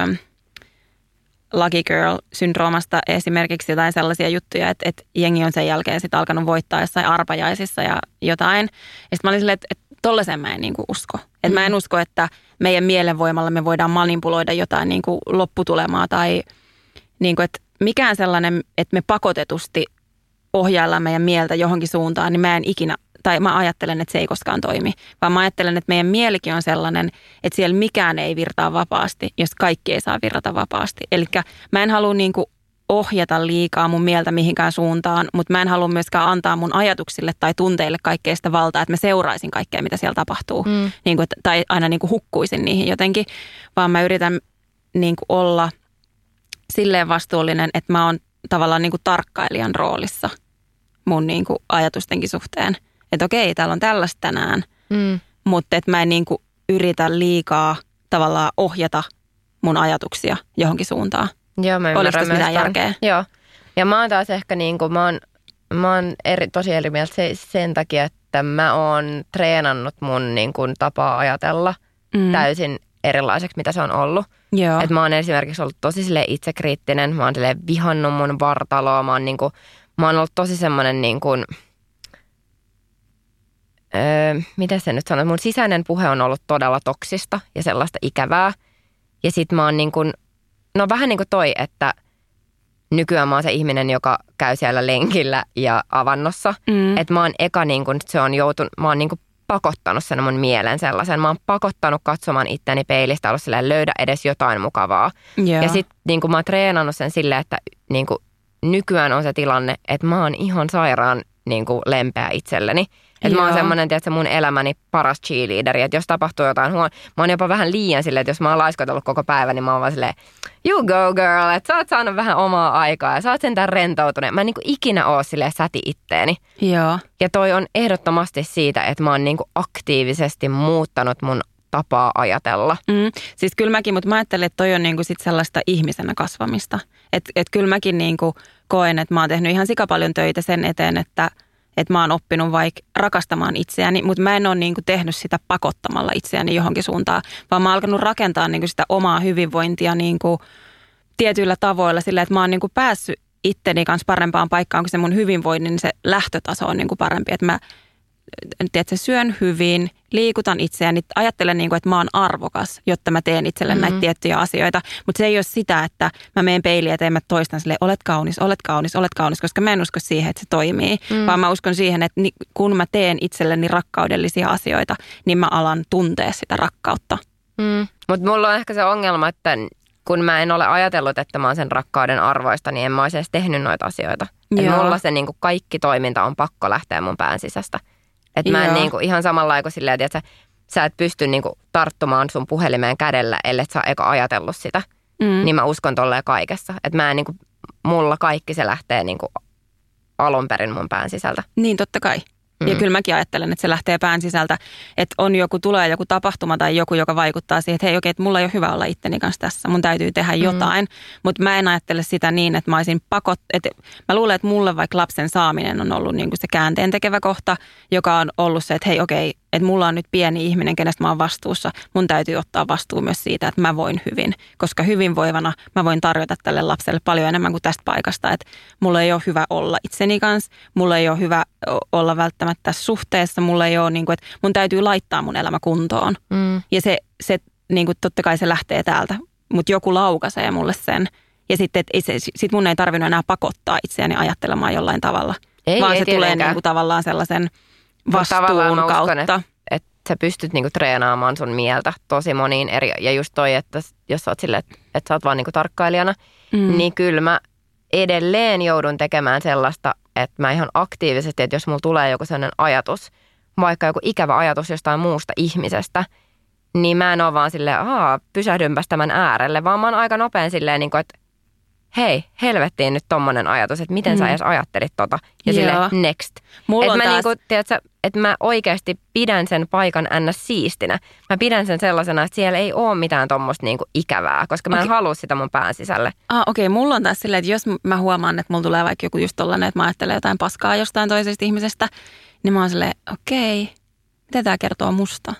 Lucky Girl-syndroomasta esimerkiksi jotain sellaisia juttuja, että jengi on sen jälkeen sitten alkanut voittaa jossain arpajaisissa ja jotain. Ja sitten mä olin silleen, että tollaisen mä en niin kuin usko. Että mä en usko, että meidän mielenvoimalla me voidaan manipuloida jotain niin kuin lopputulemaa tai niin kuin, että mikään sellainen, että me pakotetusti ohjaillaan meidän mieltä johonkin suuntaan, niin mä en ikinä, tai mä ajattelen, että se ei koskaan toimi. Vaan mä ajattelen, että meidän mielikin on sellainen, että siellä mikään ei virtaa vapaasti, jos kaikki ei saa virrata vapaasti. Eli mä en halua niin kuin ohjata liikaa mun mieltä mihinkään suuntaan, mutta mä en halua myöskään antaa mun ajatuksille tai tunteille kaikkea sitä valtaa, että mä seuraisin kaikkea, mitä siellä tapahtuu. Niin kuin, tai aina niin kuin hukkuisin niihin jotenkin, vaan mä yritän niin kuin olla silleen vastuullinen, että mä oon tavallaan niin kuin tarkkailijan roolissa mun niin kuin ajatustenkin suhteen. Että okei, täällä on tällaista tänään, mutta että mä en niin kuin yritä liikaa tavallaan ohjata mun ajatuksia johonkin suuntaan. Joo, mä oliko tässä mitään järkeä? Joo. Ja mä oon taas ehkä niin kuin, mä oon tosi eri mieltä sen takia, että mä oon treenannut mun niin kuin tapaa ajatella täysin erilaiseksi, mitä se on ollut. Että mä oon esimerkiksi ollut tosi itsekriittinen, mä oon vihannut mun vartaloa, mä oon ollut tosi semmoinen niin kuin, mitä se nyt sanoo, mun sisäinen puhe on ollut todella toksista ja sellaista ikävää. Ja sit mä oon niin kuin, no vähän niin kuin toi, että nykyään mä oon se ihminen, joka käy siellä lenkillä ja avannossa. Että mä oon eka niin kuin, mä oon niin kuin pakottanut sen mun mielen sellaisen. Mä oon pakottanut katsomaan itteni peilistä, ollut silleen, löydä edes jotain mukavaa. Ja sitten niin mä oon treenannut sen silleen, että niin kuin nykyään on se tilanne, että mä oon ihan sairaan niin kuin lempeä itselleni. Että mä oon semmoinen, tiedätkö, mun elämäni paras cheerleaderi, että jos tapahtuu jotain mä oon jopa vähän liian silleen, että jos mä oon laiskotellut koko päivän, niin mä oon vaan silleen, you go girl, että sä oot saanut vähän omaa aikaa ja sä oot sentään rentoutunut. Mä en niin kuin ikinä oo silleen säti itteeni. Joo. Ja toi on ehdottomasti siitä, että mä oon niin kuin aktiivisesti muuttanut mun tapaa ajatella. Siis kyllä mäkin, mutta mä ajattelen, että toi on niinku sit sellaista ihmisenä kasvamista. Että kyllä mäkin niinku koen, että mä oon tehnyt ihan sikapaljon töitä sen eteen, että mä oon oppinut vaikka rakastamaan itseäni, mutta mä en ole niinku tehnyt sitä pakottamalla itseäni johonkin suuntaan, vaan mä oon alkanut rakentaa niinku sitä omaa hyvinvointia niinku tietyillä tavoilla sillä, että mä oon niinku päässyt itteni kanssa parempaan paikkaan, kun se mun hyvinvoinnin se lähtötaso on niinku parempi, että mä tiedätkö, syön hyvin, liikutan itseäni, ajattelen niin kuin, että mä oon arvokas, jotta mä teen itselle näitä tiettyjä asioita. Mutta se ei ole sitä, että mä menen peiliin eteen, mä toistan silleen, olet kaunis, olet kaunis, olet kaunis, koska mä en usko siihen, että se toimii. Vaan mä uskon siihen, että kun mä teen itselleni rakkaudellisia asioita, niin mä alan tuntea sitä rakkautta. Mutta mulla on ehkä se ongelma, että kun mä en ole ajatellut, että mä oon sen rakkauden arvoista, niin en mä olisi edes tehnyt noita asioita. Että mulla se niin kuin kaikki toiminta on pakko lähteä mun pään sisästä. Että mä en niinku ihan samalla lailla kuin silleen, että sä et pysty niinku tarttumaan sun puhelimeen kädellä, ellei sä eka ajatellut sitä. Niin mä uskon tolleen kaikessa. Että mä en niinku, mulla kaikki se lähtee niinku alun perin mun pään sisältä. Niin totta kai. Ja kyllä mäkin ajattelen, että se lähtee pään sisältä, että on tulee joku tapahtuma tai joku, joka vaikuttaa siihen, että hei okei, että mulla ei ole hyvä olla itteni kanssa tässä, mun täytyy tehdä jotain. Mutta mä en ajattele sitä niin, että mä olisin mä luulen, että mulle vaikka lapsen saaminen on ollut niinku se käänteen tekevä kohta, joka on ollut se, että hei okei, että mulla on nyt pieni ihminen, kenestä mä oon vastuussa. Mun täytyy ottaa vastuu myös siitä, että mä voin hyvin, koska hyvinvoivana mä voin tarjota tälle lapselle paljon enemmän kuin tästä paikasta, että mulla ei ole hyvä olla itseni kanssa, mulla ei ole hyvä olla välttämättä tässä suhteessa, mulla ei ole niin kuin, että mun täytyy laittaa mun elämä kuntoon. Ja se niin kuin totta kai se lähtee täältä, mutta joku laukaisee mulle sen. Ja sitten sit mun ei tarvinnut enää pakottaa itseäni ajattelemaan jollain tavalla, vaan se tulee niin kuin tavallaan sellaisen vastuun kautta. Että sä pystyt niinku treenaamaan sun mieltä tosi moniin eri, ja just toi, että jos sä oot silleen, että sä oot vaan niinku tarkkailijana, niin kyllä mä edelleen joudun tekemään sellaista, että mä ihan aktiivisesti, että jos mulla tulee joku sellainen ajatus, vaikka joku ikävä ajatus jostain muusta ihmisestä, niin mä en ole vaan silleen, pysähdynpäs tämän äärelle, vaan mä oon aika nopein silleen, niin kuin, että hei, helvettiin nyt tommonen ajatus, että miten sä edes ajattelit tota. Ja silleen, next. Että mä, niinku, että mä oikeasti pidän sen paikan ns. Siistinä. Mä pidän sen sellaisena, että siellä ei ole mitään tommoista niinku ikävää, koska mä en halua sitä mun pään sisälle. Okei. Mulla on taas silleen, että jos mä huomaan, että mulla tulee vaikka joku just tollainen, että mä ajattelen jotain paskaa jostain toisesta ihmisestä, niin mä oon silleen, okei, mitä tää kertoo musta?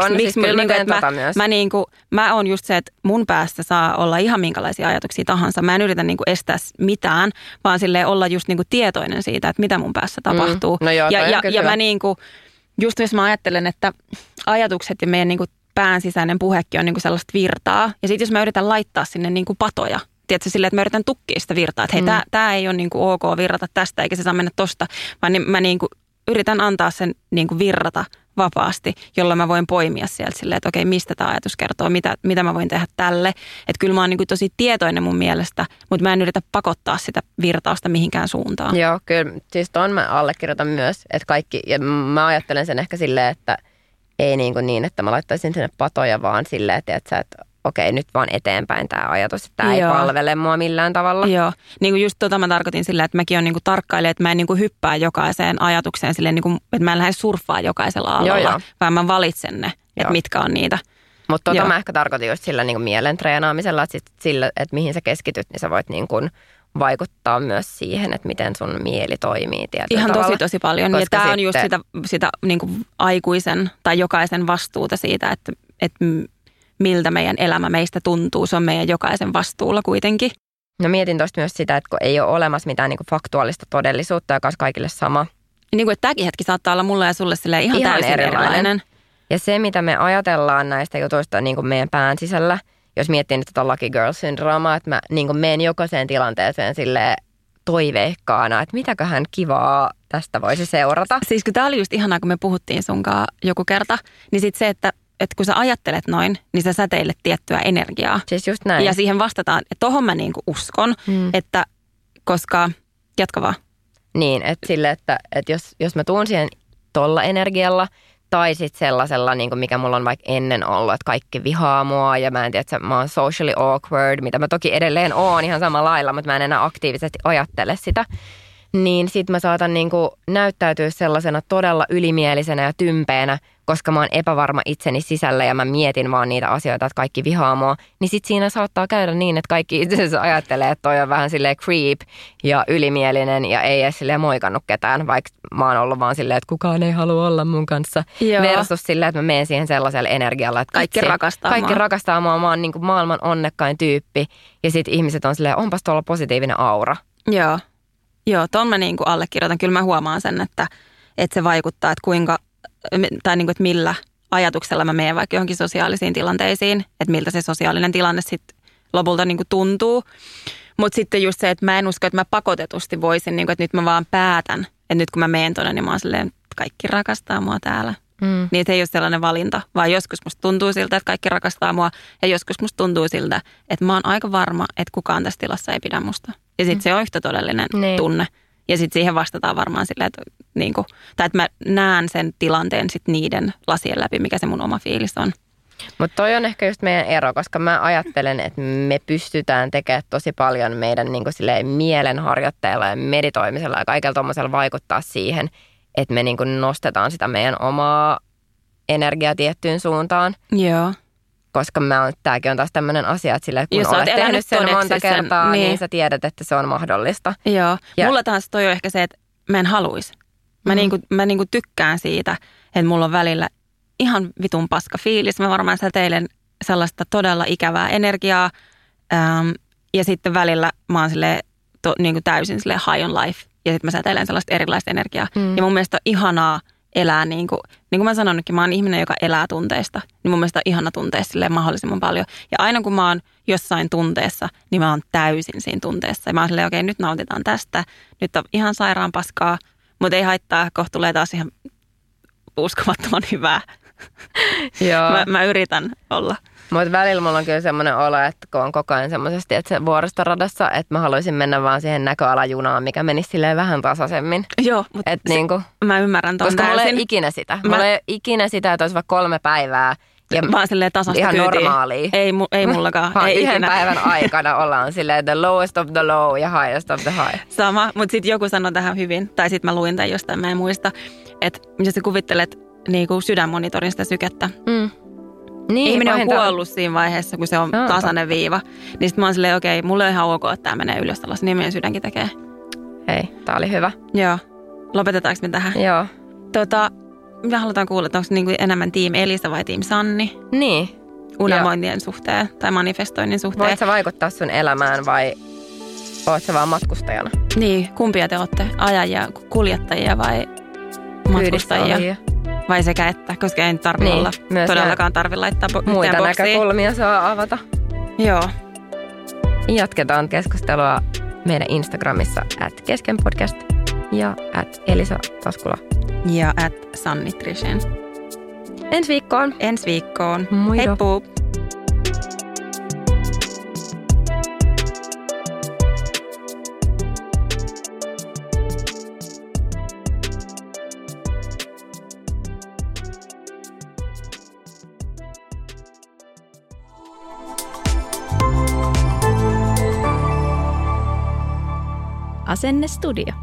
Mä oon just se, että mun päästä saa olla ihan minkälaisia ajatuksia tahansa. Mä en yritä niinku estää mitään, vaan silleen olla just niinku tietoinen siitä, että mitä mun päässä tapahtuu. No joo, ja mä niinku, just jos mä ajattelen, että ajatukset ja meidän niinku pään sisäinen puhekin on niinku sellaista virtaa. Ja sitten jos mä yritän laittaa sinne niinku patoja, tiedätkö, silleen, että mä yritän tukkia sitä virtaa. Että hei, tää ei ole niinku ok virrata tästä, eikä se saa mennä tosta. Vaan mä niinku yritän antaa sen niinku virrata vapaasti, jolla mä voin poimia sieltä silleen, että okei, mistä tämä ajatus kertoo, mitä mä voin tehdä tälle. Että kyllä mä oon niinku tosi tietoinen mun mielestä, mutta mä en yritä pakottaa sitä virtausta mihinkään suuntaan. Joo, kyllä. Siis ton mä allekirjoitan myös, että kaikki, ja mä ajattelen sen ehkä silleen, että ei niin, että mä laittaisin sinne patoja, vaan silleen, että okei, nyt vaan eteenpäin tämä ajatus, että tämä ei palvele mua millään tavalla. Joo, niin kuin just mä tarkoitin silleen, että mäkin on niin kuin tarkkailija, että mä en niin kuin hyppää jokaiseen ajatukseen silleen, niin kuin, että mä en lähde surffaa jokaisella aallolla, vaan mä valitsen ne, että mitkä on niitä. Mutta mä ehkä tarkoitin just sillä niin kuin mielen treenaamisella, että sillä, että mihin sä keskityt, niin sä voit niin kuin vaikuttaa myös siihen, että miten sun mieli toimii tietyllä ihan tavalla. tosi paljon. Koska ja tämä on just sitä niin kuin aikuisen tai jokaisen vastuuta siitä, että miltä meidän elämä meistä tuntuu. Se on meidän jokaisen vastuulla kuitenkin. No mietin tuosta myös sitä, että kun ei ole olemassa mitään niin kuin faktuaalista todellisuutta, joka olisi kaikille sama. Niin kuin, että tämäkin hetki saattaa olla mulle ja sulle ihan täysin erilainen. Ja se, mitä me ajatellaan näistä jutuista niin kuin meidän pään sisällä, jos miettii nyt tätä Lucky Girl-syndroomaa, että mä niin kuin menen jokaiseen tilanteeseen silleen toiveikkaana, että mitäköhän kivaa tästä voisi seurata. Siis kun tämä oli just ihanaa, kun me puhuttiin sunkaan joku kerta, niin sitten se, että kun sä ajattelet noin, niin sä säteilet tiettyä energiaa. Siis just näin. Ja siihen vastataan, että tohon mä niinku uskon, että koska, jatka vaan. Niin, että sille, että jos mä tuun siihen tolla energialla tai sitten sellaisella, niin kuin mikä mulla on vaikka ennen ollut, että kaikki vihaa mua ja mä en tiedä, että mä oon socially awkward, mitä mä toki edelleen oon ihan samalla lailla, mutta mä en enää aktiivisesti ajattele sitä. Niin sit mä saatan niinku näyttäytyä sellaisena todella ylimielisenä ja tympeänä, koska mä oon epävarma itseni sisällä ja mä mietin vaan niitä asioita, että kaikki vihaa mua. Niin sit siinä saattaa käydä niin, että kaikki itse asiassa ajattelee, että toi on vähän silleen creep ja ylimielinen ja ei edes silleen moikannut ketään, vaikka mä oon ollut vaan silleen, että kukaan ei halua olla mun kanssa. Joo. Versus silleen, että mä menen siihen sellaiselle energialla, että kaikki rakastaa mua. Mä oon niinku maailman onnekkain tyyppi ja sit ihmiset on silleen, onpas tuolla positiivinen aura. Joo, ton mä niinku allekirjoitan. Kyllä mä huomaan sen, että se vaikuttaa, että kuinka, tai niinku, että millä ajatuksella mä menen vaikka johonkin sosiaalisiin tilanteisiin, että miltä se sosiaalinen tilanne sitten lopulta niinku tuntuu. Mutta sitten just se, että mä en usko, että mä pakotetusti voisin, niinku, että nyt mä vaan päätän, että nyt kun mä menen tonne, niin mä oon silleen, että kaikki rakastaa mua täällä. Niin se ei ole sellainen valinta, vaan joskus musta tuntuu siltä, että kaikki rakastaa mua ja joskus musta tuntuu siltä, että mä oon aika varma, että kukaan tässä tilassa ei pidä musta. Ja sitten se on yhtä todellinen tunne. Ja sitten siihen vastataan varmaan silleen, että, niinku, tai että mä näen sen tilanteen sit niiden lasien läpi, mikä se mun oma fiilis on. Mutta toi on ehkä just meidän ero, koska mä ajattelen, että me pystytään tekemään tosi paljon meidän niinku silleen mielenharjoitteella ja meditoimisella ja kaikella tommosella vaikuttaa siihen, että me niinku nostetaan sitä meidän omaa energiaa tiettyyn suuntaan. Joo. Koska tämäkin on taas tämmöinen asia, että sille, kun olet tehnyt sen monta kertaa, niin sä tiedät, että se on mahdollista. Joo. Ja mulla taas toi on ehkä se, että mä en haluisi. Mä niinku tykkään siitä, että mulla on välillä ihan vitun paska fiilis. Mä varmaan säteilen sellaista todella ikävää energiaa. Ja sitten välillä mä oon niinku täysin high on life. Ja sitten mä säteilen sellaista erilaista energiaa. Ja mun mielestä on ihanaa elää niin kuin mä sanonutkin, mä oon ihminen, joka elää tunteista. Niin mun mielestä on ihana tuntea silleen mahdollisimman paljon. Ja aina kun mä oon jossain tunteessa, niin mä oon täysin siinä tunteessa. Ja mä oon silleen, okei, nyt nautitaan tästä. Nyt on ihan sairaan paskaa, mutta ei haittaa, kohta tulee taas ihan uskomattoman hyvää. Joo. mä yritän olla. Mutta välillä mulla on kyllä semmoinen olo, että kun on koko ajan semmoisesti, että se vuoristoradassa, että mä haluaisin mennä vaan siihen näköalajunaan, mikä menisi silleen vähän tasaisemmin. Joo, mutta niinku, mä ymmärrän ton koska täysin. Mulla ei ikinä sitä. Mulla ei ikinä sitä, että olisi vaikka 3 päivää. Ja vaan silleen tasasta ihan kyytiin. Normaalia. Ei mullakaan. Ei yhden ikinä. päivän aikana ollaan silleen the lowest of the low ja highest of the high. Sama, mutta sitten joku sanoi tähän hyvin, tai sitten mä luin tämän jostain, mä en muista, että jos sä kuvittelet niinku sydänmonitorin sitä sykettä. Niin, ihminen on kuollut siinä vaiheessa, kun se on tasainen viiva. Niin sitten mä oon silleen, okei, mulle on ihan ok, että tää menee ylös alas, niin meidän sydänkin tekee. Hei, tää oli hyvä. Joo. Lopetetaanko me tähän? Joo. Mitä halutaan kuulla, että onko niinku enemmän Team Elisa vai Team Sanni? Niin. Unelmointien suhteen tai manifestoinnin suhteen. Voit sä vaikuttaa sun elämään vai oot sä vaan matkustajana? Niin, kumpia te ootte? Ajajia, kuljettajia vai matkustajia? Vai sekä että, koska ei tarvitse olla, todellakaan tarvitse laittaa muita näkökulmia saa avata. Joo. Jatketaan keskustelua meidän Instagramissa @keskenpodcast ja @Elisa Taskula. Ja @Sannitrisen. Ensi viikkoon. Moido. Heippu. Asenne Studio.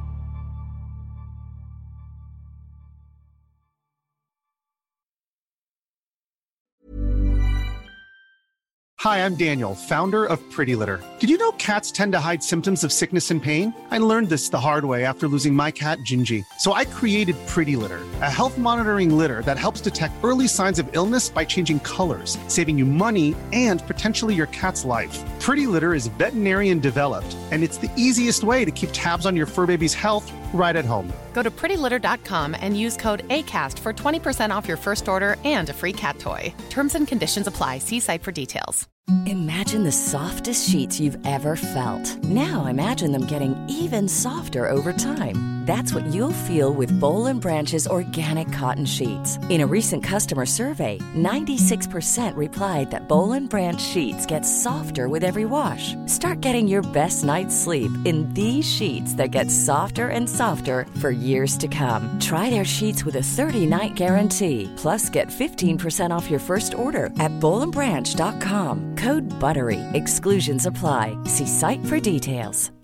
Hi, I'm Daniel, founder of Pretty Litter. Did you know cats tend to hide symptoms of sickness and pain? I learned this the hard way after losing my cat, Gingy. So I created Pretty Litter, a health monitoring litter that helps detect early signs of illness by changing colors, saving you money and potentially your cat's life. Pretty Litter is veterinarian developed, and it's the easiest way to keep tabs on your fur baby's health right at home. Go to prettylitter.com and use code ACAST for 20% off your first order and a free cat toy. Terms and conditions apply. See site for details. Imagine the softest sheets you've ever felt. Now imagine them getting even softer over time. That's what you'll feel with Boll & Branch's organic cotton sheets. In a recent customer survey, 96% replied that Boll & Branch sheets get softer with every wash. Start getting your best night's sleep in these sheets that get softer and softer for years to come. Try their sheets with a 30-night guarantee. Plus, get 15% off your first order at bollandbranch.com. Code BUTTERY. Exclusions apply. See site for details.